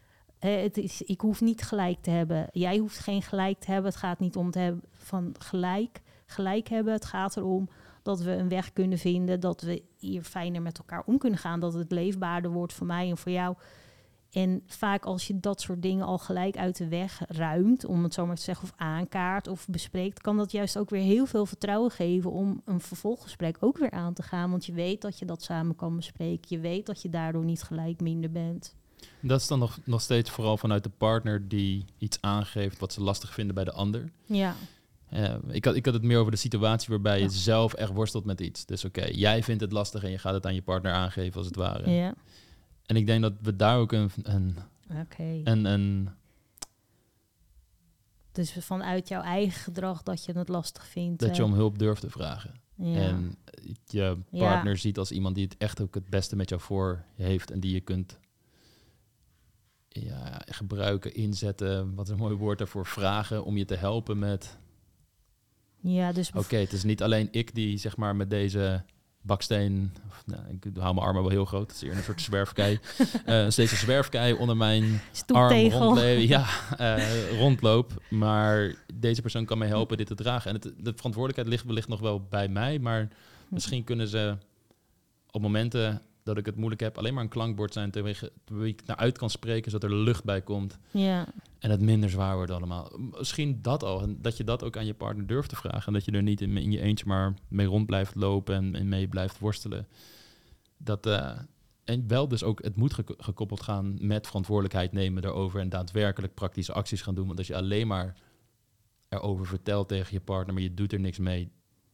uh, het is, ik hoef niet gelijk te hebben. Jij hoeft geen gelijk te hebben. Het gaat niet om te hebben van gelijk, gelijk hebben. Het gaat erom dat we een weg kunnen vinden, dat we hier fijner met elkaar om kunnen gaan, dat het leefbaarder wordt voor mij en voor jou. En vaak als je dat soort dingen al gelijk uit de weg ruimt, om het zo maar te zeggen, of aankaart of bespreekt, kan dat juist ook weer heel veel vertrouwen geven om een vervolggesprek ook weer aan te gaan. Want je weet dat je dat samen kan bespreken. Je weet dat je daardoor niet gelijk minder bent. Dat is dan nog, nog steeds vooral vanuit de partner die iets aangeeft wat ze lastig vinden bij de ander. Ja. Uh, ik, had, ik had het meer over de situatie waarbij je Ja. zelf echt worstelt met iets. Dus oké, okay, jij vindt het lastig en je gaat het aan je partner aangeven als het ware. Ja. En ik denk dat we daar ook een... een, okay. een, een dus vanuit jouw eigen gedrag dat je het lastig vindt. Dat uh, je om hulp durft te vragen. Ja. En je partner ja. ziet als iemand die het echt ook het beste met jou voor heeft en die je kunt ja, gebruiken, inzetten, wat is een mooi woord daarvoor, vragen om je te helpen met... Ja, dus... Oké, okay, het is niet alleen ik die zeg maar met deze baksteen, of, nou, ik hou mijn armen wel heel groot, het is hier een soort zwerfkei, uh, steeds een zwerfkei onder mijn arm rondle- ja, uh, rondloop, maar deze persoon kan mij helpen dit te dragen. En het, de verantwoordelijkheid ligt wellicht nog wel bij mij, maar misschien kunnen ze op momenten dat ik het moeilijk heb, alleen maar een klankbord zijn tegen wie ik naar uit kan spreken, zodat er lucht bij komt. Ja. En het minder zwaar wordt allemaal. Misschien dat al. En dat je dat ook aan je partner durft te vragen. En dat je er niet in, in je eentje maar mee rond blijft lopen en, en mee blijft worstelen. Dat, uh, en wel dus ook, het moet ge- gekoppeld gaan met verantwoordelijkheid nemen daarover en daadwerkelijk praktische acties gaan doen. Want als je alleen maar erover vertelt tegen je partner, maar je doet er niks mee,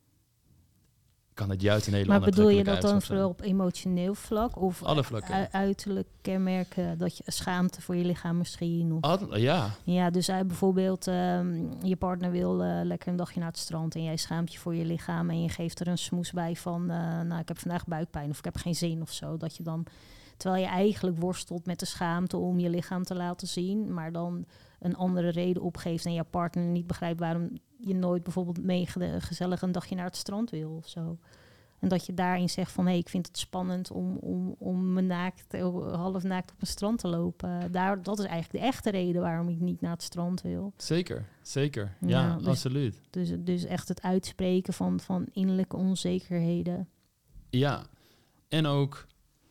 kan het juist een hele maar bedoel je dat dan vooral op emotioneel vlak? Of alle vlakken. U- uiterlijk kenmerken, dat je schaamte voor je lichaam misschien? Of... Ad, ja. Ja, dus uh, bijvoorbeeld um, je partner wil uh, lekker een dagje naar het strand en jij schaamt je voor je lichaam en je geeft er een smoes bij van, uh, nou ik heb vandaag buikpijn of ik heb geen zin of zo. Dat je dan, terwijl je eigenlijk worstelt met de schaamte om je lichaam te laten zien, maar dan een andere reden opgeeft en jouw partner niet begrijpt waarom je nooit bijvoorbeeld mee gezellig een dagje naar het strand wil of zo. En dat je daarin zegt van, hé, hey, ik vind het spannend om, om, om me naakt, half naakt op een strand te lopen. Daar, dat is eigenlijk de echte reden waarom ik niet naar het strand wil. Zeker, zeker. Ja, ja dus, absoluut. Dus, dus echt het uitspreken van, van innerlijke onzekerheden. Ja, en ook...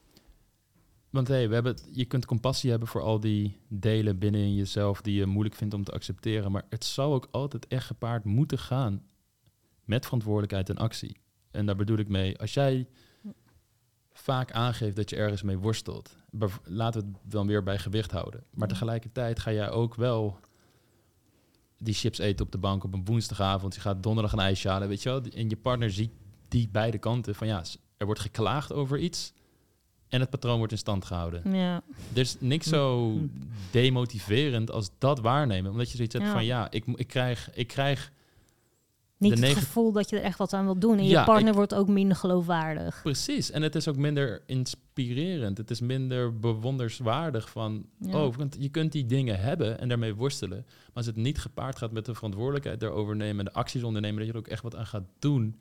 Want hey, we hebben, je kunt compassie hebben voor al die delen binnen jezelf die je moeilijk vindt om te accepteren. Maar het zal ook altijd echt gepaard moeten gaan met verantwoordelijkheid en actie. En daar bedoel ik mee, als jij vaak aangeeft dat je ergens mee worstelt, laten we het dan weer bij gewicht houden. Maar tegelijkertijd ga jij ook wel die chips eten op de bank op een woensdagavond. Je gaat donderdag een ijsje halen, weet je wel. En je partner ziet die beide kanten van ja, er wordt geklaagd over iets. En het patroon wordt in stand gehouden. Ja. Er is niks zo demotiverend als dat waarnemen. Omdat je zoiets hebt ja. van ja, ik, ik krijg... Ik krijg niet het neg- gevoel dat je er echt wat aan wilt doen. En ja, je partner ik, wordt ook minder geloofwaardig. Precies. En het is ook minder inspirerend. Het is minder bewonderswaardig van... Ja. Oh, je kunt die dingen hebben en daarmee worstelen. Maar als het niet gepaard gaat met de verantwoordelijkheid daarover nemen... en de acties ondernemen, dat je er ook echt wat aan gaat doen...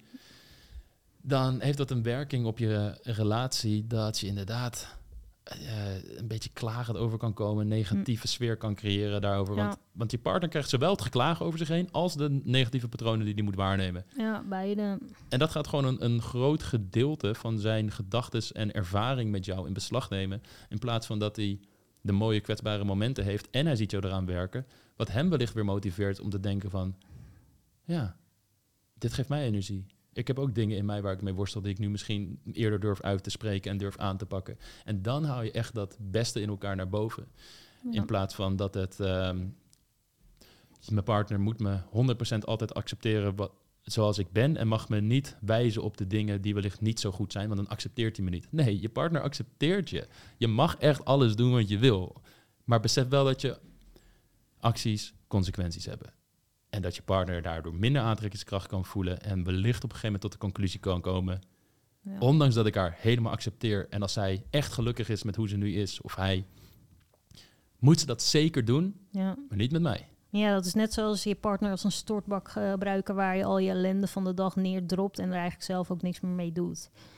dan heeft dat een werking op je relatie dat je inderdaad uh, een beetje klagend over kan komen, een negatieve hm. sfeer kan creëren daarover. Ja. Want, want je partner krijgt zowel het geklaag over zich heen als de negatieve patronen die hij moet waarnemen. Ja, beide. En dat gaat gewoon een, een groot gedeelte van zijn gedachtes en ervaring met jou in beslag nemen. In plaats van dat hij de mooie kwetsbare momenten heeft en hij ziet jou eraan werken. Wat hem wellicht weer motiveert om te denken van, ja, dit geeft mij energie. Ik heb ook dingen in mij waar ik mee worstel die ik nu misschien eerder durf uit te spreken en durf aan te pakken. En dan hou je echt dat beste in elkaar naar boven. Ja. In plaats van dat het... Um, mijn partner moet me honderd procent altijd accepteren wat, zoals ik ben en mag me niet wijzen op de dingen die wellicht niet zo goed zijn, want dan accepteert hij me niet. Nee, je partner accepteert je. Je mag echt alles doen wat je wil. Maar besef wel dat je acties consequenties hebben. En dat je partner daardoor minder aantrekkingskracht kan voelen en wellicht op een gegeven moment tot de conclusie kan komen. Ja. Ondanks dat ik haar helemaal accepteer en als zij echt gelukkig is met hoe ze nu is of hij, moet ze dat zeker doen, ja. maar niet met mij. Ja, dat is net zoals je partner als een stortbak gebruiken waar je al je ellende van de dag neerdropt en er eigenlijk zelf ook niks meer mee doet.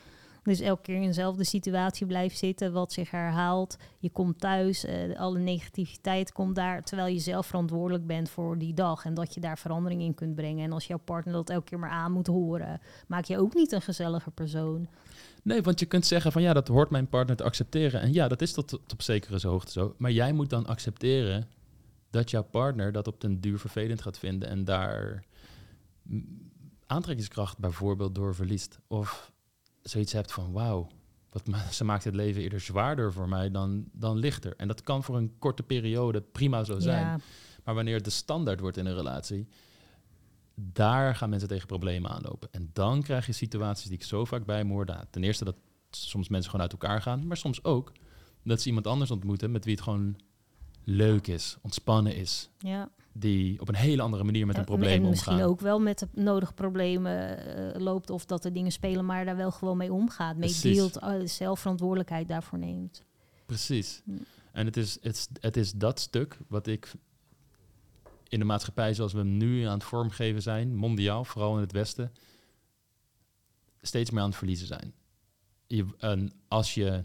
Dus elke keer in dezelfde situatie blijft zitten, wat zich herhaalt. Je komt thuis, uh, alle negativiteit komt daar, terwijl je zelf verantwoordelijk bent voor die dag en dat je daar verandering in kunt brengen. En als jouw partner dat elke keer maar aan moet horen, maak je ook niet een gezelliger persoon. Nee, want je kunt zeggen van ja, dat hoort mijn partner te accepteren. En ja, dat is tot, tot op zekere hoogte zo. Maar jij moet dan accepteren dat jouw partner dat op den duur vervelend gaat vinden en daar aantrekkingskracht bijvoorbeeld door verliest. Of zoiets hebt van wauw, wat ma- ze maakt het leven eerder zwaarder voor mij dan, dan lichter. En dat kan voor een korte periode prima zo zijn. Ja. Maar wanneer het de standaard wordt in een relatie, daar gaan mensen tegen problemen aanlopen. En dan krijg je situaties die ik zo vaak bij me hoor. Nou, ten eerste dat soms mensen gewoon uit elkaar gaan, maar soms ook dat ze iemand anders ontmoeten met wie het gewoon leuk is, ontspannen is. Ja. Die op een hele andere manier met en, een probleem en omgaan. misschien ook wel met de nodige problemen uh, loopt of dat er dingen spelen, maar daar wel gewoon mee omgaat. Mee Precies. deelt, uh, zelf verantwoordelijkheid daarvoor neemt. Precies. Hm. En het is, het, is, het is dat stuk wat ik in de maatschappij zoals we hem nu aan het vormgeven zijn, mondiaal, vooral in het Westen, steeds meer aan het verliezen zijn. Je, en als je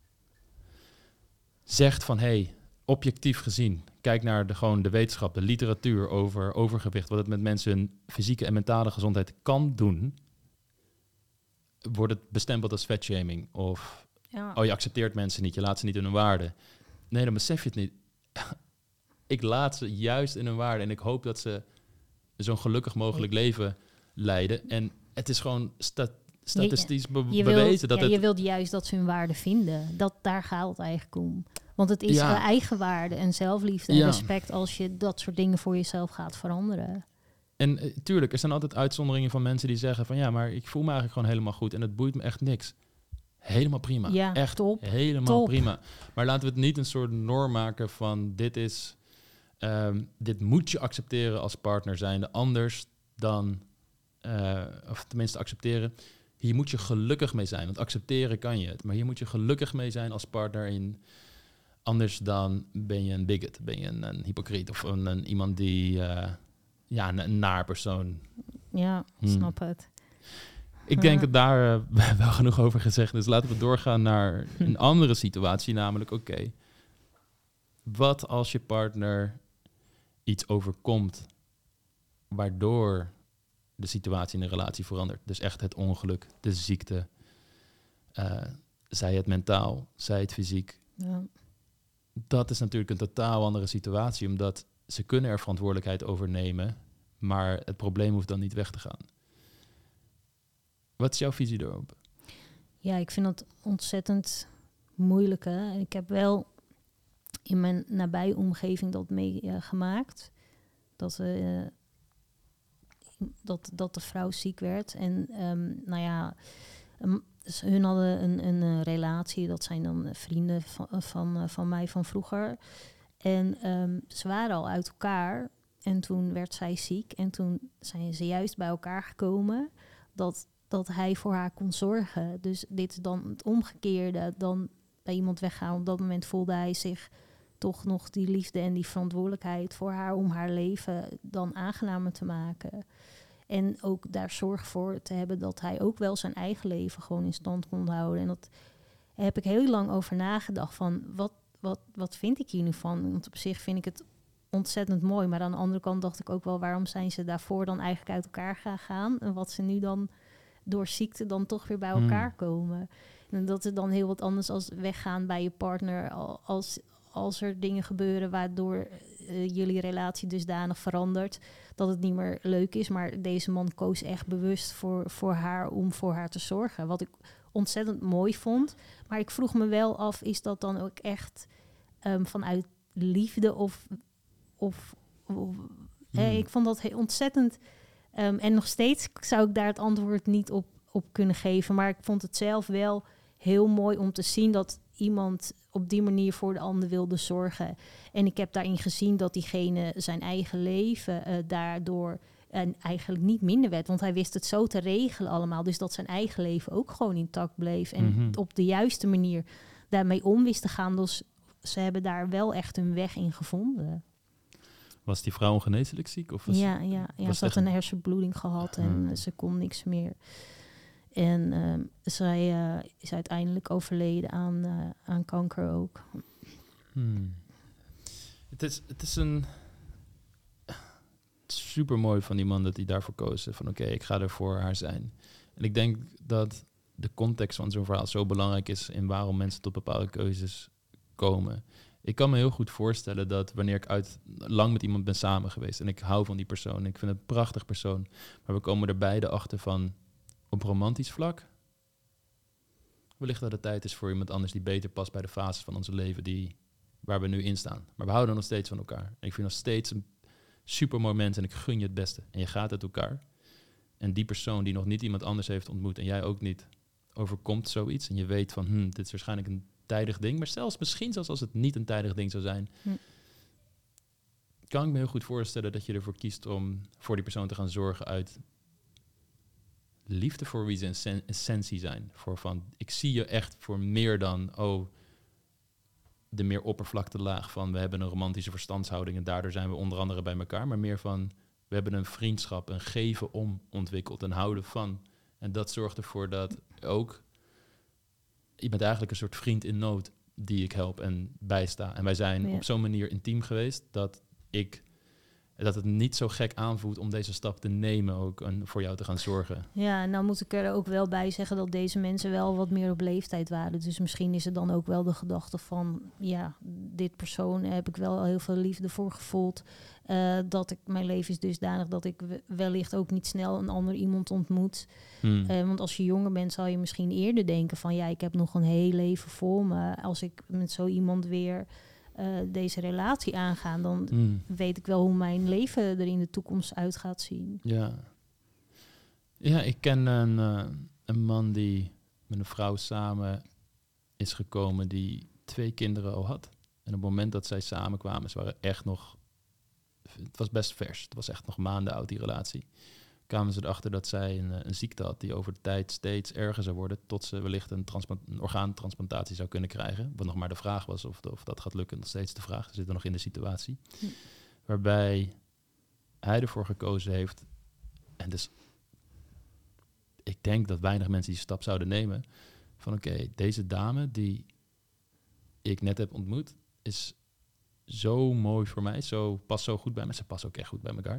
zegt van, hé, hey, objectief gezien, kijk naar de, gewoon de wetenschap, de literatuur over overgewicht, wat het met mensen hun fysieke en mentale gezondheid kan doen, wordt het bestempeld als fatshaming. Of, Ja. oh, je accepteert mensen niet, je laat ze niet in hun waarde. Nee, dan besef je het niet. Ik laat ze juist in hun waarde en ik hoop dat ze zo'n gelukkig mogelijk leven leiden. En het is gewoon sta- statistisch be- je bewezen. wilt, dat ja, het... je wilt juist dat ze hun waarde vinden. Dat, daar gaat het eigenlijk om. Want het is Ja. uh, eigenwaarde en zelfliefde en Ja. respect als je dat soort dingen voor jezelf gaat veranderen. En uh, tuurlijk, er zijn altijd uitzonderingen van mensen die zeggen van ja, maar ik voel me eigenlijk gewoon helemaal goed en het boeit me echt niks. Helemaal prima. Ja, echt top. helemaal Top. prima. Maar laten we het niet een soort norm maken van dit is, um, dit moet je accepteren als partner zijnde, anders dan, uh, of tenminste accepteren. Hier moet je gelukkig mee zijn, want accepteren kan je het. Maar hier moet je gelukkig mee zijn als partner in. Anders dan ben je een bigot, ben je een, een hypocriet of een, een, iemand die, uh, ja, een, een naar persoon. Ja, Hmm. snap het. Ik denk dat daar uh, wel genoeg over gezegd is. Laten we doorgaan naar een andere situatie, namelijk oké, okay, wat als je partner iets overkomt waardoor de situatie in de relatie verandert? Dus echt het ongeluk, de ziekte, uh, zij het mentaal, zij het fysiek. Ja. Dat is natuurlijk een totaal andere situatie, omdat ze kunnen er verantwoordelijkheid over nemen, maar het probleem hoeft dan niet weg te gaan. Wat is jouw visie daarop? Ja, ik vind dat ontzettend moeilijk. Hè? Ik heb wel in mijn nabije omgeving dat meegemaakt. Uh, dat, uh, dat, dat de vrouw ziek werd. En um, nou ja, um, dus hun hadden een, een uh, relatie. Dat zijn dan vrienden van, van, uh, van mij van vroeger. En um, ze waren al uit elkaar. En toen werd zij ziek. En toen zijn ze juist bij elkaar gekomen. Dat... dat hij voor haar kon zorgen. Dus dit is dan het omgekeerde. Dan bij iemand weggaan. Op dat moment voelde hij zich toch nog die liefde en die verantwoordelijkheid voor haar om haar leven dan aangenamer te maken. En ook daar zorg voor te hebben dat hij ook wel zijn eigen leven gewoon in stand kon houden. En dat heb ik heel lang over nagedacht van wat, wat, wat vind ik hier nu van? Want op zich vind ik het ontzettend mooi. Maar aan de andere kant dacht ik ook wel, waarom zijn ze daarvoor dan eigenlijk uit elkaar gegaan? En wat ze nu dan door ziekte dan toch weer bij elkaar hmm. komen. En dat is dan heel wat anders als weggaan bij je partner. Als, als er dingen gebeuren waardoor uh, jullie relatie dusdanig verandert dat het niet meer leuk is. Maar deze man koos echt bewust voor, voor haar om voor haar te zorgen. Wat ik ontzettend mooi vond. Maar ik vroeg me wel af, is dat dan ook echt um, vanuit liefde of... of, of hmm. eh, ik vond dat heel ontzettend... Um, en nog steeds zou ik daar het antwoord niet op, op kunnen geven. Maar ik vond het zelf wel heel mooi om te zien dat iemand op die manier voor de ander wilde zorgen. En ik heb daarin gezien dat diegene zijn eigen leven uh, daardoor uh, eigenlijk niet minder werd. Want hij wist het zo te regelen allemaal. Dus dat zijn eigen leven ook gewoon intact bleef. En mm-hmm. op de juiste manier daarmee om wist te gaan. Dus ze hebben daar wel echt hun weg in gevonden. Was die vrouw ongeneeslijk ziek? Of was ja, ja, ja was ze had echt... een hersenbloeding gehad en uh. ze kon niks meer. En uh, zij uh, is uiteindelijk overleden aan, uh, aan kanker ook. Hmm. Het is, het is een super mooi van die man dat hij daarvoor koos. Van oké, okay, ik ga er voor haar zijn. En ik denk dat de context van zo'n verhaal zo belangrijk is in waarom mensen tot bepaalde keuzes komen. Ik kan me heel goed voorstellen dat wanneer ik uit lang met iemand ben samen geweest en ik hou van die persoon, ik vind het een prachtig persoon, maar we komen er beide achter van op romantisch vlak wellicht dat het tijd is voor iemand anders die beter past bij de fases van ons leven die, waar we nu in staan. Maar we houden nog steeds van elkaar. En ik vind nog steeds een supermooi mens en ik gun je het beste. En je gaat uit elkaar. En die persoon die nog niet iemand anders heeft ontmoet en jij ook niet, overkomt zoiets. En je weet van, hm, dit is waarschijnlijk een tijdig ding. Maar zelfs misschien zelfs als het niet een tijdig ding zou zijn, hm. kan ik me heel goed voorstellen dat je ervoor kiest om voor die persoon te gaan zorgen uit liefde voor wie ze in sen- essentie zijn. Voor van, ik zie je echt voor meer dan, oh, de meer oppervlakte laag van we hebben een romantische verstandshouding en daardoor zijn we onder andere bij elkaar. Maar meer van, we hebben een vriendschap, een geven om ontwikkeld, een houden van. En dat zorgt ervoor dat ook, je bent eigenlijk een soort vriend in nood die ik help en bijsta. En wij zijn ja. op zo'n manier intiem geweest dat ik dat het niet zo gek aanvoelt om deze stap te nemen ook en voor jou te gaan zorgen. Ja, en nou moet ik er ook wel bij zeggen dat deze mensen wel wat meer op leeftijd waren. Dus misschien is het dan ook wel de gedachte van, ja, dit persoon heb ik wel heel veel liefde voor gevoeld. Uh, dat ik, mijn leven is dusdanig dat ik wellicht ook niet snel een ander iemand ontmoet. Hmm. Uh, want als je jonger bent zal je misschien eerder denken van, ja, ik heb nog een heel leven voor me. Als ik met zo iemand weer Uh, deze relatie aangaan, dan mm. weet ik wel hoe mijn leven er in de toekomst uit gaat zien. Ja, ja ik ken een, uh, een man die met een vrouw samen is gekomen die twee kinderen al had. En op het moment dat zij samenkwamen, ze waren echt nog, het was best vers, het was echt nog maanden oud die relatie. Kwamen ze erachter dat zij een, een ziekte had die over de tijd steeds erger zou worden, tot ze wellicht een, transplant, een orgaantransplantatie zou kunnen krijgen. Wat nog maar de vraag was of, de, of dat gaat lukken, nog steeds de vraag. Ze zitten nog in de situatie. Hm. Waarbij hij ervoor gekozen heeft, en dus ik denk dat weinig mensen die stap zouden nemen, van oké, okay, deze dame die ik net heb ontmoet, is zo mooi voor mij, zo, past zo goed bij me, ze past ook echt goed bij elkaar.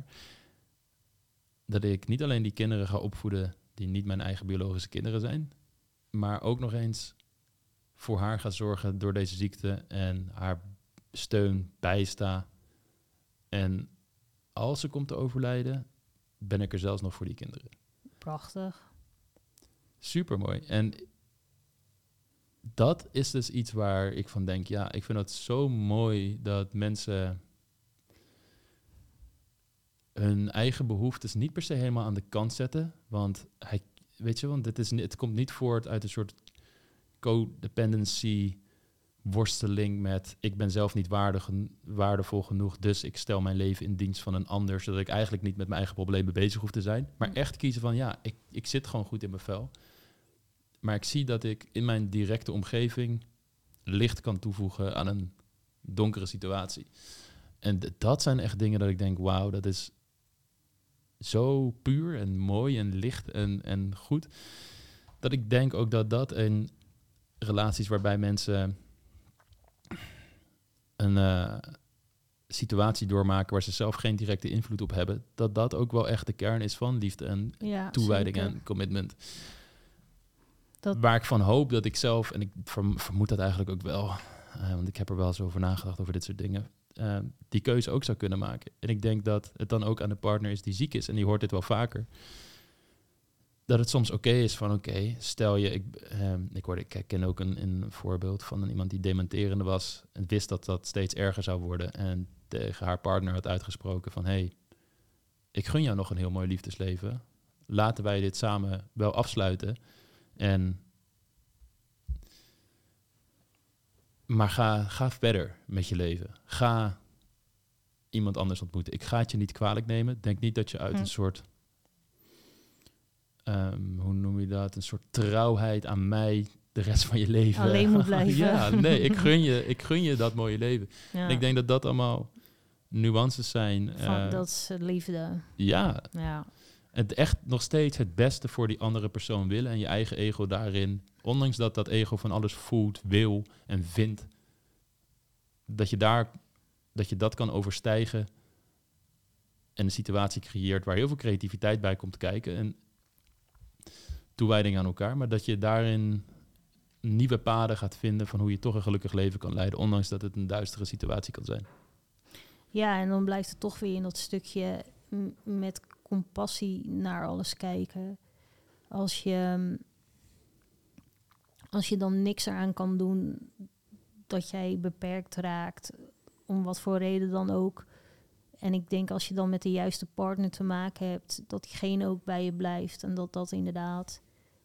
Dat ik niet alleen die kinderen ga opvoeden die niet mijn eigen biologische kinderen zijn, maar ook nog eens voor haar ga zorgen door deze ziekte en haar steun bijsta. En als ze komt te overlijden, ben ik er zelfs nog voor die kinderen. Prachtig. Supermooi. En dat is dus iets waar ik van denk, ja, ik vind het zo mooi dat mensen hun eigen behoeftes niet per se helemaal aan de kant zetten. Want hij, weet je, want dit is, het komt niet voort uit een soort codependency worsteling met ik ben zelf niet waardig, waardevol genoeg, dus ik stel mijn leven in dienst van een ander, zodat ik eigenlijk niet met mijn eigen problemen bezig hoef te zijn. Maar echt kiezen van ja, ik, ik zit gewoon goed in mijn vel. Maar ik zie dat ik in mijn directe omgeving licht kan toevoegen aan een donkere situatie. En d- dat zijn echt dingen dat ik denk, wauw, dat is zo puur en mooi en licht en, en goed. Dat ik denk ook dat dat in relaties waarbij mensen een uh, situatie doormaken waar ze zelf geen directe invloed op hebben, dat dat ook wel echt de kern is van liefde en ja, toewijding zeker. En commitment. Dat waar ik van hoop dat ik zelf, en ik vermoed dat eigenlijk ook wel, uh, want ik heb er wel eens over nagedacht over dit soort dingen, uh, die keuze ook zou kunnen maken. En ik denk dat het dan ook aan de partner is die ziek is, en die hoort dit wel vaker, dat het soms oké okay is van oké, okay, stel je, ik, uh, ik, hoorde, ik ken ook een, een voorbeeld van een, iemand die dementerende was en wist dat dat steeds erger zou worden en tegen haar partner had uitgesproken van hey, ik gun jou nog een heel mooi liefdesleven, laten wij dit samen wel afsluiten en maar ga, ga verder met je leven. Ga iemand anders ontmoeten. Ik ga het je niet kwalijk nemen. Denk niet dat je uit hm. een soort Um, hoe noem je dat? Een soort trouwheid aan mij de rest van je leven. Alleen moet blijven. Ja, nee, ik gun je, ik gun je dat mooie leven. Ja. En ik denk dat dat allemaal nuances zijn. Van, uh, dat is liefde. Ja. ja. het echt nog steeds het beste voor die andere persoon willen en je eigen ego daarin, ondanks dat dat ego van alles voelt, wil en vindt, dat je daar, dat je dat kan overstijgen en een situatie creëert waar heel veel creativiteit bij komt kijken en toewijding aan elkaar, maar dat je daarin nieuwe paden gaat vinden van hoe je toch een gelukkig leven kan leiden, ondanks dat het een duistere situatie kan zijn. Ja, en dan blijft het toch weer in dat stukje m- met compassie naar alles kijken. Als je, als je dan niks eraan kan doen dat jij beperkt raakt, om wat voor reden dan ook. En ik denk als je dan met de juiste partner te maken hebt, dat diegene ook bij je blijft. En dat dat inderdaad,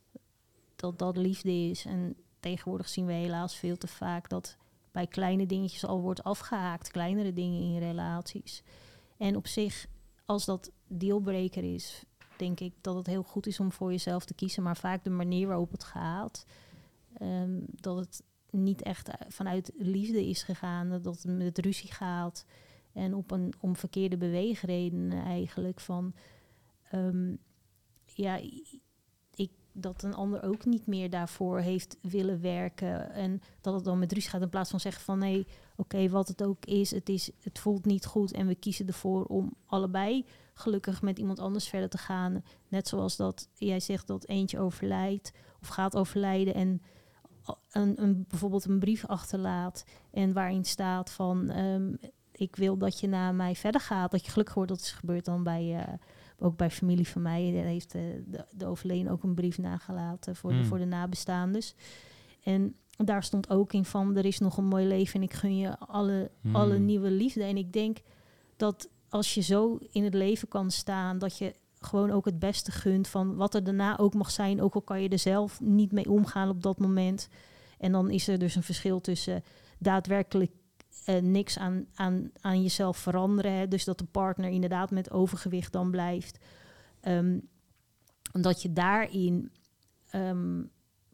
dat dat liefde is. En tegenwoordig zien we helaas veel te vaak dat bij kleine dingetjes al wordt afgehaakt. Kleinere dingen in relaties. En op zich, als dat dealbreaker is, denk ik dat het heel goed is om voor jezelf te kiezen. Maar vaak de manier waarop het gaat, um, dat het niet echt vanuit liefde is gegaan. Dat het met ruzie gaat. En op een, om verkeerde beweegredenen eigenlijk. Van, um, ja, ik, dat een ander ook niet meer daarvoor heeft willen werken. En dat het dan met ruzie gaat in plaats van zeggen van nee, oké, okay, wat het ook is het, is, het voelt niet goed. En we kiezen ervoor om allebei gelukkig met iemand anders verder te gaan. Net zoals dat jij zegt dat eentje overlijdt of gaat overlijden en een, een, bijvoorbeeld een brief achterlaat. En waarin staat van um, ik wil dat je naar mij verder gaat. Dat je gelukkig wordt. Dat is gebeurd dan bij, uh, ook bij familie van mij. Daar heeft uh, de, de overleden ook een brief nagelaten voor, Hmm. de, voor de nabestaanders. En daar stond ook in van, er is nog een mooi leven en ik gun je alle, Hmm. alle nieuwe liefde. En ik denk dat als je zo in het leven kan staan, dat je gewoon ook het beste gunt van wat er daarna ook mag zijn. Ook al kan je er zelf niet mee omgaan op dat moment. En dan is er dus een verschil tussen daadwerkelijk Uh, niks aan, aan, aan jezelf veranderen. Hè? Dus dat de partner inderdaad met overgewicht dan blijft. Um, dat je daarin um,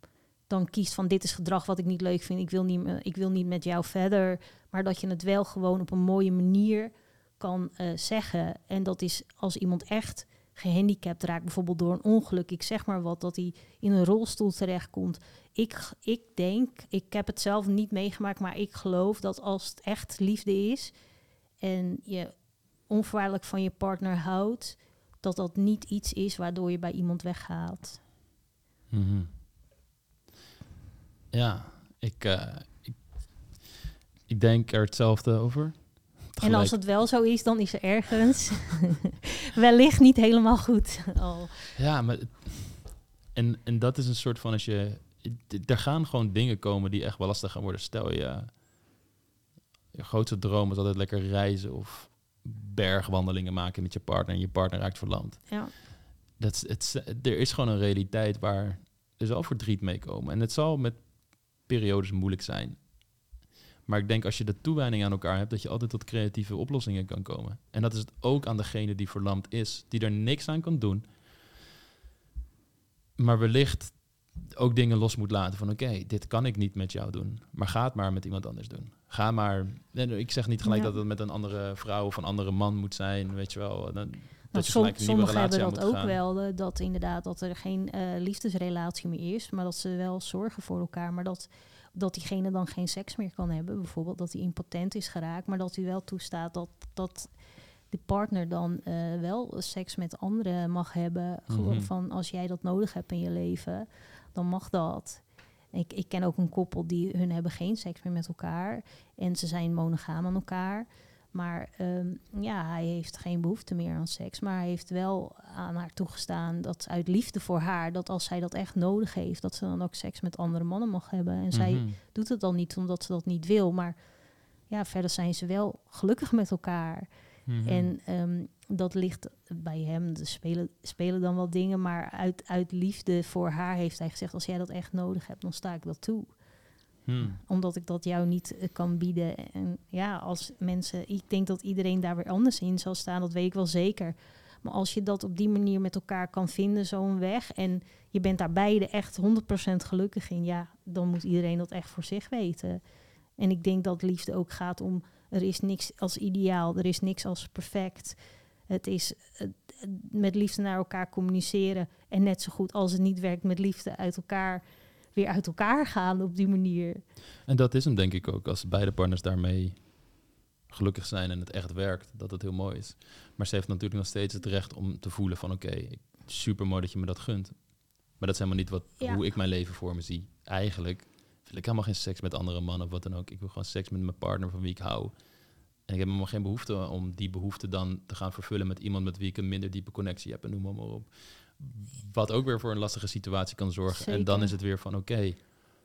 dan kiest van dit is gedrag wat ik niet leuk vind. Ik wil niet, uh, ik wil niet met jou verder. Maar dat je het wel gewoon op een mooie manier kan uh, zeggen. En dat is als iemand echt gehandicapt raakt, bijvoorbeeld door een ongeluk. Ik zeg maar wat, dat hij in een rolstoel terechtkomt. Ik, ik denk, ik heb het zelf niet meegemaakt, maar ik geloof dat als het echt liefde is en je onvoorwaardelijk van je partner houdt, dat dat niet iets is waardoor je bij iemand weggaat. Mm-hmm. Ja, ik, uh, ik, ik denk er hetzelfde over. En als het wel zo is, dan is er ergens wellicht niet helemaal goed. Al. Ja, maar en, en dat is een soort van als je... Er gaan gewoon dingen komen die echt wel lastig gaan worden. Stel je, je grootste droom is altijd lekker reizen of bergwandelingen maken met je partner en je partner raakt verlamd. Ja. Dat is, het, er is gewoon een realiteit waar er zal verdriet mee komen. En het zal met periodes moeilijk zijn. Maar ik denk als je de toewijding aan elkaar hebt, dat je altijd tot creatieve oplossingen kan komen. En dat is het ook aan degene die verlamd is, die er niks aan kan doen. Maar wellicht ook dingen los moet laten van oké, okay, dit kan ik niet met jou doen. Maar ga het maar met iemand anders doen. Ga maar... Ik zeg niet gelijk ja. dat het met een andere vrouw of een andere man moet zijn, weet je wel. Dan, dat je som, sommigen hebben dat ook gaan. wel, dat inderdaad dat er geen uh, liefdesrelatie meer is, maar dat ze wel zorgen voor elkaar, maar dat, dat diegene dan geen seks meer kan hebben, bijvoorbeeld dat hij impotent is geraakt, maar dat hij wel toestaat dat, dat de partner dan uh, wel seks met anderen mag hebben. Mm-hmm. Van als jij dat nodig hebt in je leven, dan mag dat. Ik, ik ken ook een koppel die hun hebben geen seks meer met elkaar en ze zijn monogaam aan elkaar. Maar um, ja, hij heeft geen behoefte meer aan seks. Maar hij heeft wel aan haar toegestaan dat uit liefde voor haar, dat als zij dat echt nodig heeft, dat ze dan ook seks met andere mannen mag hebben. En mm-hmm. zij doet het dan niet omdat ze dat niet wil. Maar ja, verder zijn ze wel gelukkig met elkaar. Mm-hmm. En um, dat ligt bij hem. Er spelen, spelen dan wel dingen. Maar uit, uit liefde voor haar heeft hij gezegd, als jij dat echt nodig hebt, dan sta ik dat toe. Hmm. Omdat ik dat jou niet uh, kan bieden. En ja, als mensen... Ik denk dat iedereen daar weer anders in zal staan. Dat weet ik wel zeker. Maar als je dat op die manier met elkaar kan vinden, zo'n weg, en je bent daar beide echt honderd procent gelukkig in, ja, dan moet iedereen dat echt voor zich weten. En ik denk dat liefde ook gaat om, er is niks als ideaal, er is niks als perfect. Het is, uh, met liefde naar elkaar communiceren. En net zo goed als het niet werkt met liefde uit elkaar, weer uit elkaar gaan op die manier. En dat is hem denk ik ook, als beide partners daarmee gelukkig zijn en het echt werkt, dat het heel mooi is. Maar ze heeft natuurlijk nog steeds het recht om te voelen van oké, okay, super mooi dat je me dat gunt. Maar dat is helemaal niet wat, Ja. hoe ik mijn leven voor me zie. Eigenlijk wil ik helemaal geen seks met andere mannen of wat dan ook. Ik wil gewoon seks met mijn partner van wie ik hou. En ik heb helemaal geen behoefte om die behoefte dan te gaan vervullen met iemand met wie ik een minder diepe connectie heb en noem maar, maar op. Wat ook weer voor een lastige situatie kan zorgen. Zeker. En dan is het weer van oké, okay,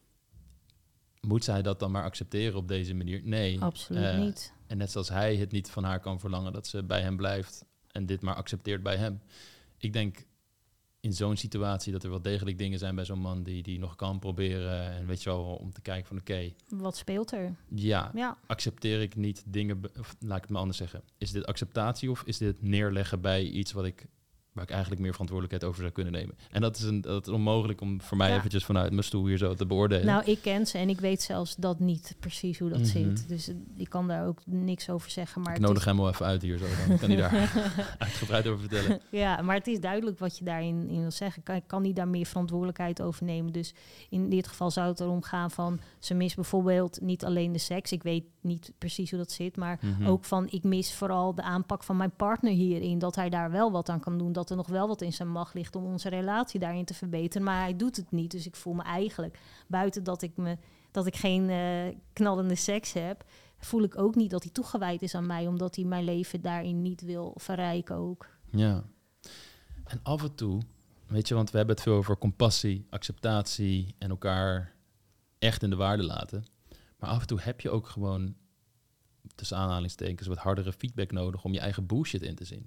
moet zij dat dan maar accepteren op deze manier? Nee. Absoluut uh, niet. En net zoals hij het niet van haar kan verlangen dat ze bij hem blijft en dit maar accepteert bij hem. Ik denk in zo'n situatie dat er wel degelijk dingen zijn bij zo'n man die, die nog kan proberen. En weet je wel, om te kijken van oké. Okay, wat speelt er? Ja, ja, accepteer ik niet dingen, be- of laat ik het maar anders zeggen. Is dit acceptatie of is dit neerleggen bij iets wat ik, waar ik eigenlijk meer verantwoordelijkheid over zou kunnen nemen? En dat is, een, dat is onmogelijk om voor mij ja. eventjes vanuit mijn stoel hier zo te beoordelen. Nou, ik ken ze en ik weet zelfs dat niet precies hoe dat Mm-hmm. zit. Dus uh, ik kan daar ook niks over zeggen. Maar ik nodig is... hem wel even uit hier zo. Dan kan hij daar uitgebreid over vertellen. Ja, maar het is duidelijk wat je daarin in wil zeggen. Kan, kan hij daar meer verantwoordelijkheid over nemen? Dus in dit geval zou het erom gaan van... ze mist bijvoorbeeld niet alleen de seks. Ik weet niet precies hoe dat zit. Maar Mm-hmm. ook van, ik mis vooral de aanpak van mijn partner hierin. Dat hij daar wel wat aan kan doen. Dat er nog wel wat in zijn macht ligt om onze relatie daarin te verbeteren. Maar hij doet het niet. Dus ik voel me eigenlijk, buiten dat ik, me, dat ik geen uh, knallende seks heb... voel ik ook niet dat hij toegewijd is aan mij... omdat hij mijn leven daarin niet wil verrijken ook. Ja. En af en toe, weet je, want we hebben het veel over compassie, acceptatie... en elkaar echt in de waarde laten. Maar af en toe heb je ook gewoon, tussen aanhalingstekens... wat hardere feedback nodig om je eigen bullshit in te zien.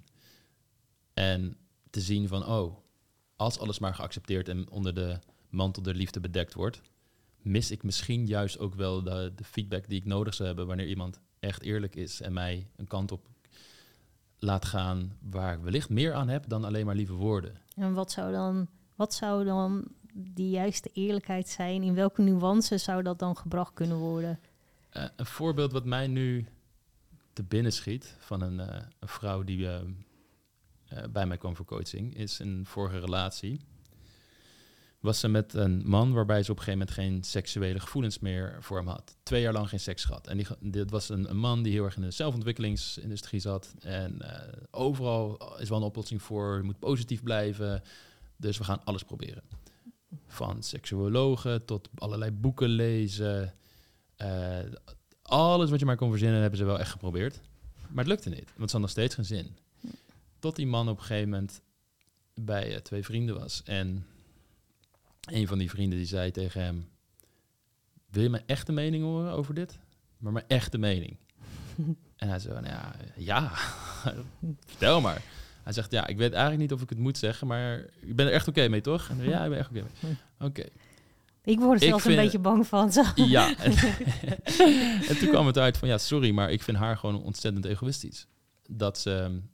En te zien van, oh, als alles maar geaccepteerd... en onder de mantel der liefde bedekt wordt... mis ik misschien juist ook wel de, de feedback die ik nodig zou hebben... wanneer iemand echt eerlijk is en mij een kant op laat gaan... waar ik wellicht meer aan heb dan alleen maar lieve woorden. En wat zou dan, wat zou dan die juiste eerlijkheid zijn? In welke nuance zou dat dan gebracht kunnen worden? Uh, een voorbeeld wat mij nu te binnen schiet... van een, uh, een vrouw die uh, uh, bij mij kwam voor coaching... is een vorige relatie... was ze met een man waarbij ze op een gegeven moment geen seksuele gevoelens meer voor hem had. Twee jaar lang geen seks gehad. En die, dit was een, een man die heel erg in de zelfontwikkelingsindustrie zat. En uh, overal is wel een oplossing voor. Je moet positief blijven. Dus we gaan alles proberen. Van seksuologen tot allerlei boeken lezen. Uh, alles wat je maar kon verzinnen hebben ze wel echt geprobeerd. Maar het lukte niet, want ze had nog steeds geen zin. Tot die man op een gegeven moment bij uh, twee vrienden was. En een van die vrienden die zei tegen hem... wil je mijn echte mening horen over dit? Maar mijn echte mening. En hij zei, nou ja, ja, vertel maar. Hij zegt, ja, ik weet eigenlijk niet of ik het moet zeggen... maar ik ben er echt oké okay mee, toch? En, ja, ik ben echt oké okay mee. Oké. Okay. Ik word er zelfs vind... een beetje bang van. Zo. Ja. En, en toen kwam het uit van, ja, sorry... maar ik vind haar gewoon ontzettend egoïstisch. Dat ze um,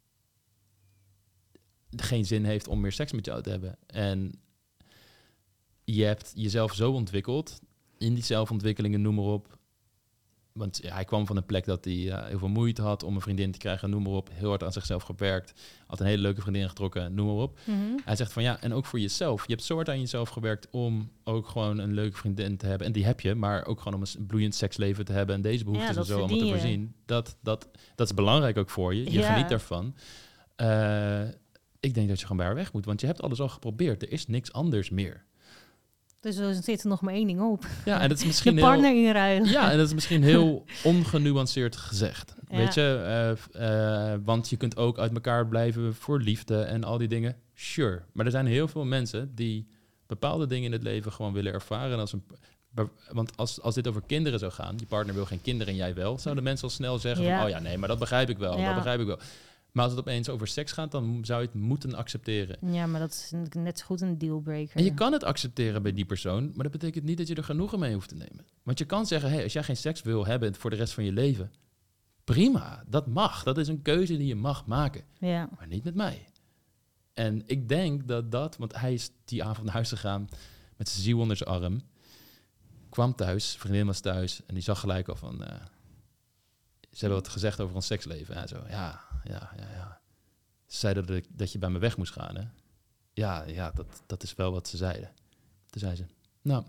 geen zin heeft om meer seks met jou te hebben. En... je hebt jezelf zo ontwikkeld, in die zelfontwikkelingen, noem maar op. Want ja, hij kwam van een plek dat hij uh, heel veel moeite had om een vriendin te krijgen, noem maar op. Heel hard aan zichzelf gewerkt, had een hele leuke vriendin getrokken, noem maar op. Mm-hmm. Hij zegt van ja, en ook voor jezelf. Je hebt zo hard aan jezelf gewerkt om ook gewoon een leuke vriendin te hebben. En die heb je, maar ook gewoon om een bloeiend seksleven te hebben en deze behoeftes ja, en zo allemaal te voorzien. Dat, dat, dat is belangrijk ook voor je. Je ja. geniet daarvan. Uh, ik denk dat je gewoon bij haar weg moet, want je hebt alles al geprobeerd. Er is niks anders meer. Dus er zit er nog maar één ding op. Ja, en dat is misschien de partner heel, inruilen. Ja, en dat is misschien heel ongenuanceerd gezegd. Ja. Weet je, uh, uh, want je kunt ook uit elkaar blijven voor liefde en al die dingen. Sure. Maar er zijn heel veel mensen die bepaalde dingen in het leven gewoon willen ervaren. Als een, want als, als dit over kinderen zou gaan, je partner wil geen kinderen en jij wel, zouden mensen al snel zeggen ja. van, oh ja, nee, maar dat begrijp ik wel, ja. dat begrijp ik wel. Maar als het opeens over seks gaat, dan zou je het moeten accepteren. Ja, maar dat is net zo goed een dealbreaker. En je kan het accepteren bij die persoon, maar dat betekent niet dat je er genoegen mee hoeft te nemen. Want je kan zeggen, hey, als jij geen seks wil hebben voor de rest van je leven, prima, dat mag. Dat is een keuze die je mag maken. Ja. Maar niet met mij. En ik denk dat dat, want hij is die avond naar huis gegaan met zijn ziel onder zijn arm, kwam thuis, vriendin was thuis en die zag gelijk al van, uh, ze hebben wat gezegd over ons seksleven. En hij zo, ja, ja, ja, ja. ze zeiden dat, ik, dat je bij me weg moest gaan, hè? Ja, ja dat, dat is wel wat ze zeiden. Toen zei ze, nou,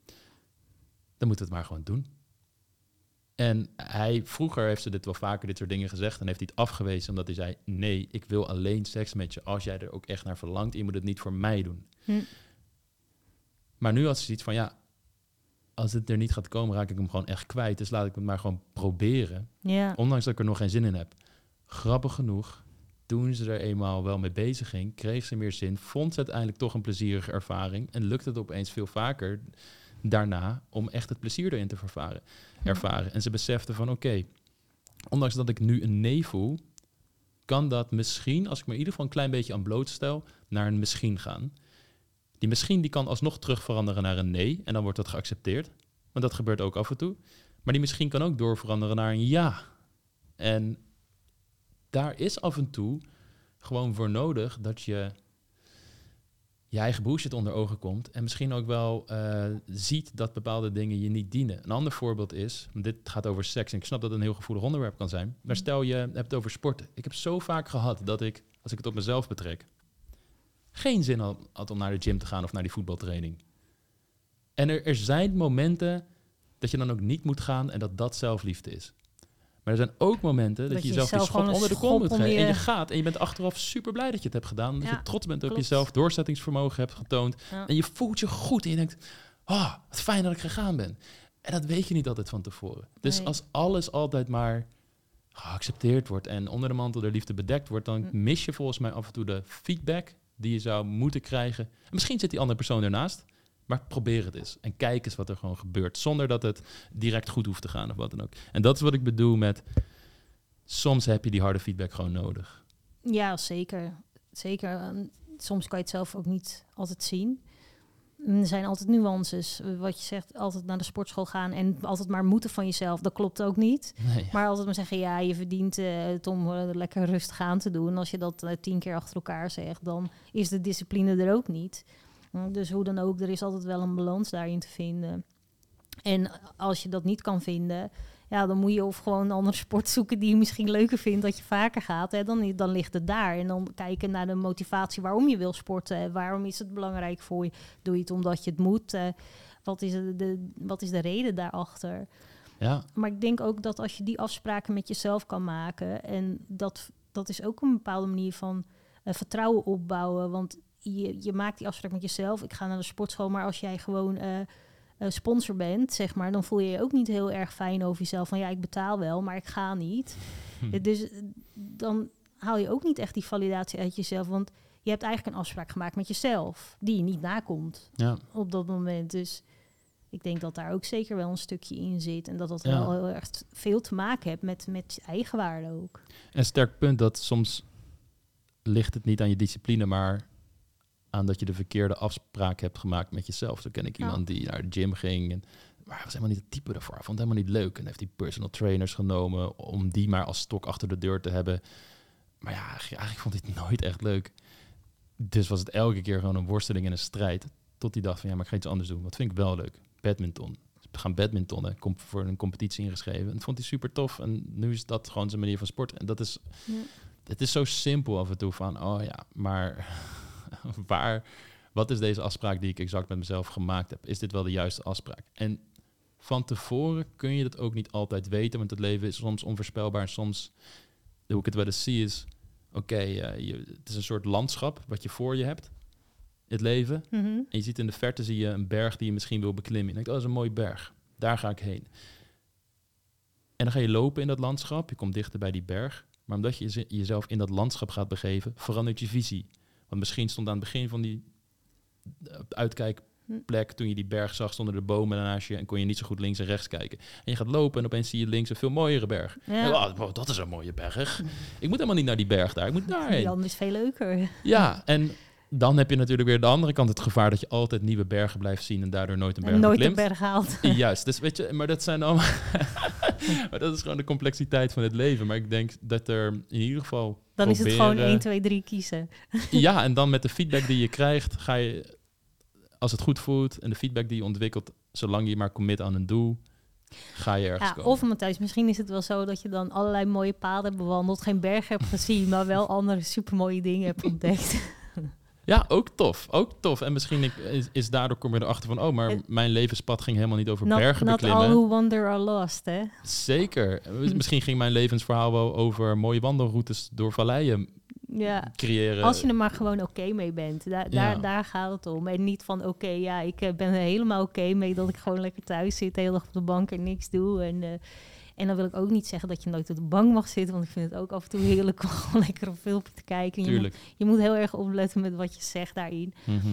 dan moeten we het maar gewoon doen. En hij, vroeger heeft ze dit wel vaker, dit soort dingen gezegd, en heeft hij het afgewezen omdat hij zei, nee, ik wil alleen seks met je als jij er ook echt naar verlangt. Je moet het niet voor mij doen. Hm. Maar nu had ze zoiets van, ja, als het er niet gaat komen, raak ik hem gewoon echt kwijt. Dus laat ik het maar gewoon proberen. Ja. Ondanks dat ik er nog geen zin in heb. Grappig genoeg, toen ze er eenmaal wel mee bezig ging, kreeg ze meer zin, vond ze uiteindelijk toch een plezierige ervaring en lukte het opeens veel vaker daarna om echt het plezier erin te vervaren, ervaren. En ze besefte van, oké, okay, ondanks dat ik nu een nee voel, kan dat misschien, als ik me in ieder geval een klein beetje aan blootstel, naar een misschien gaan. Die misschien die kan alsnog terug veranderen naar een nee en dan wordt dat geaccepteerd. Want dat gebeurt ook af en toe. Maar die misschien kan ook doorveranderen naar een ja. En daar is af en toe gewoon voor nodig dat je je eigen bullshit onder ogen komt en misschien ook wel uh, ziet dat bepaalde dingen je niet dienen. Een ander voorbeeld is, dit gaat over seks en ik snap dat het een heel gevoelig onderwerp kan zijn, maar stel je hebt het over sporten. Ik heb zo vaak gehad dat ik, als ik het op mezelf betrek, geen zin had om naar de gym te gaan of naar die voetbaltraining. En er, er zijn momenten dat je dan ook niet moet gaan en dat dat zelfliefde is. Maar er zijn ook momenten dat, dat je jezelf die schop onder de kont moet geven. Je... En je gaat en je bent achteraf super blij dat je het hebt gedaan. Dat ja, je trots bent op klopt. jezelf, doorzettingsvermogen hebt getoond. Ja. En je voelt je goed en je denkt, oh, wat fijn dat ik gegaan ben. En dat weet je niet altijd van tevoren. Dus nee. als alles altijd maar geaccepteerd wordt en onder de mantel der liefde bedekt wordt, dan hm. mis je volgens mij af en toe de feedback die je zou moeten krijgen. En misschien zit die andere persoon ernaast. Maar probeer het eens. En kijk eens wat er gewoon gebeurt. Zonder dat het direct goed hoeft te gaan of wat dan ook. En dat is wat ik bedoel met, soms heb je die harde feedback gewoon nodig. Ja, zeker. Zeker. Soms kan je het zelf ook niet altijd zien. Er zijn altijd nuances. Wat je zegt, altijd naar de sportschool gaan en altijd maar moeten van jezelf. Dat klopt ook niet. Nee, ja. Maar altijd maar zeggen, ja, je verdient uh, het om uh, lekker rustig aan te doen. Als je dat uh, tien keer achter elkaar zegt, dan is de discipline er ook niet. Dus hoe dan ook, er is altijd wel een balans daarin te vinden. En als je dat niet kan vinden, ja, dan moet je of gewoon een andere sport zoeken die je misschien leuker vindt, dat je vaker gaat. Hè, dan, dan ligt het daar. En dan kijken naar de motivatie waarom je wil sporten. Waarom is het belangrijk voor je? Doe je het omdat je het moet? Uh, wat, is de, de, wat is de reden daarachter? Ja. Maar ik denk ook dat als je die afspraken met jezelf kan maken, en dat, dat is ook een bepaalde manier van uh, vertrouwen opbouwen, want Je, je maakt die afspraak met jezelf. Ik ga naar de sportschool, maar als jij gewoon uh, uh, sponsor bent, zeg maar, dan voel je je ook niet heel erg fijn over jezelf. Van ja, ik betaal wel, maar ik ga niet. Hm. Dus uh, dan haal je ook niet echt die validatie uit jezelf. Want je hebt eigenlijk een afspraak gemaakt met jezelf, die je niet nakomt ja. op dat moment. Dus ik denk dat daar ook zeker wel een stukje in zit. En dat dat ja. wel heel erg veel te maken heeft met, met eigenwaarde ook. Een sterk punt dat soms ligt het niet aan je discipline, maar aan dat je de verkeerde afspraak hebt gemaakt met jezelf. Zo ken ik ja. iemand die naar de gym ging, en, maar hij was helemaal niet het type daarvoor. Hij vond het helemaal niet leuk en heeft die personal trainers genomen om die maar als stok achter de deur te hebben. Maar ja, eigenlijk vond hij het nooit echt leuk. Dus was het elke keer gewoon een worsteling en een strijd. Tot hij dacht van ja, maar ik ga iets anders doen. Wat vind ik wel leuk? Badminton. Dus we gaan badmintonnen. Kom voor een competitie ingeschreven. En dat vond hij super tof. En nu is dat gewoon zijn manier van sporten. En dat is, ja. het is zo simpel af en toe van, oh ja, maar waar, wat is deze afspraak die ik exact met mezelf gemaakt heb? Is dit wel de juiste afspraak? En van tevoren kun je dat ook niet altijd weten, want het leven is soms onvoorspelbaar. En soms, hoe ik het wel eens zie, is oké, okay, uh, het is een soort landschap wat je voor je hebt, het leven. Mm-hmm. En je ziet in de verte zie je een berg die je misschien wil beklimmen. Je denkt, oh, dat is een mooie berg. Daar ga ik heen. En dan ga je lopen in dat landschap. Je komt dichter bij die berg. Maar omdat je jezelf in dat landschap gaat begeven, verandert je visie. Want misschien stond aan het begin van die uitkijkplek, toen je die berg zag, stonden de bomen naast je en kon je niet zo goed links en rechts kijken. En je gaat lopen en opeens zie je links een veel mooiere berg. Ja. En, oh, wow, dat is een mooie berg. Ik moet helemaal niet naar die berg daar, ik moet daarheen. Die andere is veel leuker. Ja, en dan heb je natuurlijk weer de andere kant het gevaar dat je altijd nieuwe bergen blijft zien en daardoor nooit een berg nooit beklimt. Nooit een berg haalt. Juist, dus weet je, maar dat zijn allemaal maar dat is gewoon de complexiteit van het leven. Maar ik denk dat er in ieder geval dan proberen, is het gewoon één, twee, drie kiezen. Ja, en dan met de feedback die je krijgt, ga je, als het goed voelt en de feedback die je ontwikkelt, zolang je maar commit aan een doel, ga je ergens Ja, komen. of Matthijs, misschien is het wel zo dat je dan allerlei mooie paden hebt bewandeld, geen berg hebt gezien, maar wel andere supermooie dingen hebt ontdekt. Ja, ook tof. Ook tof. En misschien ik, is, is daardoor kom je erachter van... oh, maar Het- mijn levenspad ging helemaal niet over Not, bergen not beklimmen. all who wander are lost, hè? Zeker. Misschien ging mijn levensverhaal wel over mooie wandelroutes door valleien Ja. creëren. Als je er maar gewoon oké mee bent. Da- Ja. daar, daar gaat het om. En niet van, oké, ja, ik eh, ben er helemaal oké mee dat ik gewoon lekker thuis zit, de hele dag op de bank en niks doe. En, eh, en dan wil ik ook niet zeggen dat je nooit op de bank mag zitten, want ik vind het ook af en toe heerlijk om gewoon lekker een filmpje te kijken. En je, moet, Tuurlijk. je moet heel erg opletten met wat je zegt daarin. Mhm.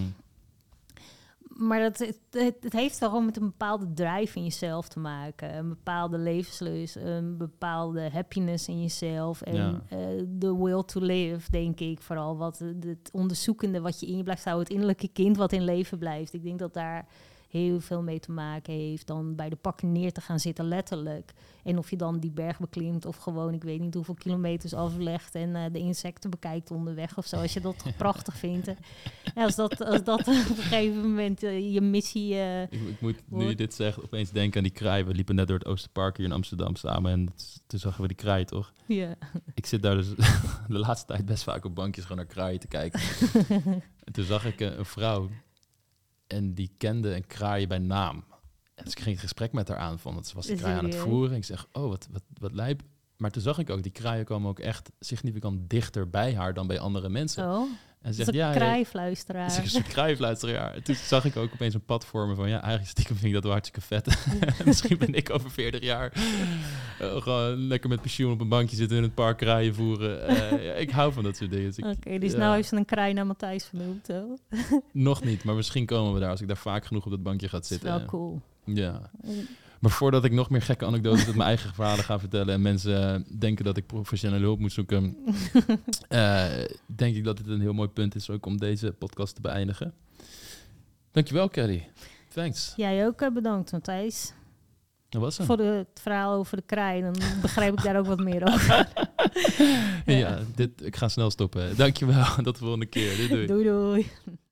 Maar dat, het, het, het heeft wel gewoon met een bepaalde drive in jezelf te maken. Een bepaalde levenslust, een bepaalde happiness in jezelf. En Ja. de will to live, denk ik. Vooral wat het onderzoekende wat je in je blijft houden. Het innerlijke kind wat in leven blijft. Ik denk dat daar heel veel mee te maken heeft. Dan bij de pakken neer te gaan zitten, letterlijk. En of je dan die berg beklimt of gewoon, ik weet niet hoeveel kilometers aflegt en uh, de insecten bekijkt onderweg of zo. Als je dat prachtig vindt. Ja, als, dat, als dat op een gegeven moment uh, je missie... Uh, ik, ik moet, nu je dit zegt, opeens denken aan die kraai. We liepen net door het Oosterpark hier in Amsterdam samen en t- toen zagen we die kraai, toch? Ja. Ik zit daar dus de laatste tijd best vaak op bankjes gewoon naar kraaien te kijken. En toen zag ik uh, een vrouw en die kende een kraai bij naam. En dus ik ging het gesprek met haar aan van, want ze was de kraai aan het voeren. Ik zeg, oh, wat, wat, wat lijp. Maar toen zag ik ook, die kraaien komen ook echt significant dichter bij haar dan bij andere mensen. Oh, en ze zegt, ja, een kraaifluisteraar. Ze is een kraaifluisteraar. En toen zag ik ook opeens een pad vormen van, ja, eigenlijk stiekem vind ik dat wel hartstikke vet. Misschien ben ik over veertig jaar uh, gewoon lekker met pensioen op een bankje zitten in het park kraaien voeren. Uh, ja, ik hou van dat soort dingen. Dus Oké, okay, dus ja. nou heeft ze een kraai naar Matthijs vernoemd, hoor. Nog niet, maar misschien komen we daar als ik daar vaak genoeg op dat bankje ga zitten. Dat is wel cool. Ja. Maar voordat ik nog meer gekke anekdotes uit mijn eigen verhalen ga vertellen en mensen uh, denken dat ik professionele hulp moet zoeken, uh, denk ik dat dit een heel mooi punt is ook om deze podcast te beëindigen. Dankjewel, Kelly. Thanks. Jij ook uh, bedankt, Matthijs. Dat was hem. Voor de, het verhaal over de kraai, dan begrijp ik daar ook wat meer over. ja, ja dit, ik ga snel stoppen. Dankjewel. Tot de volgende keer. Doei, doei. Doei, doei.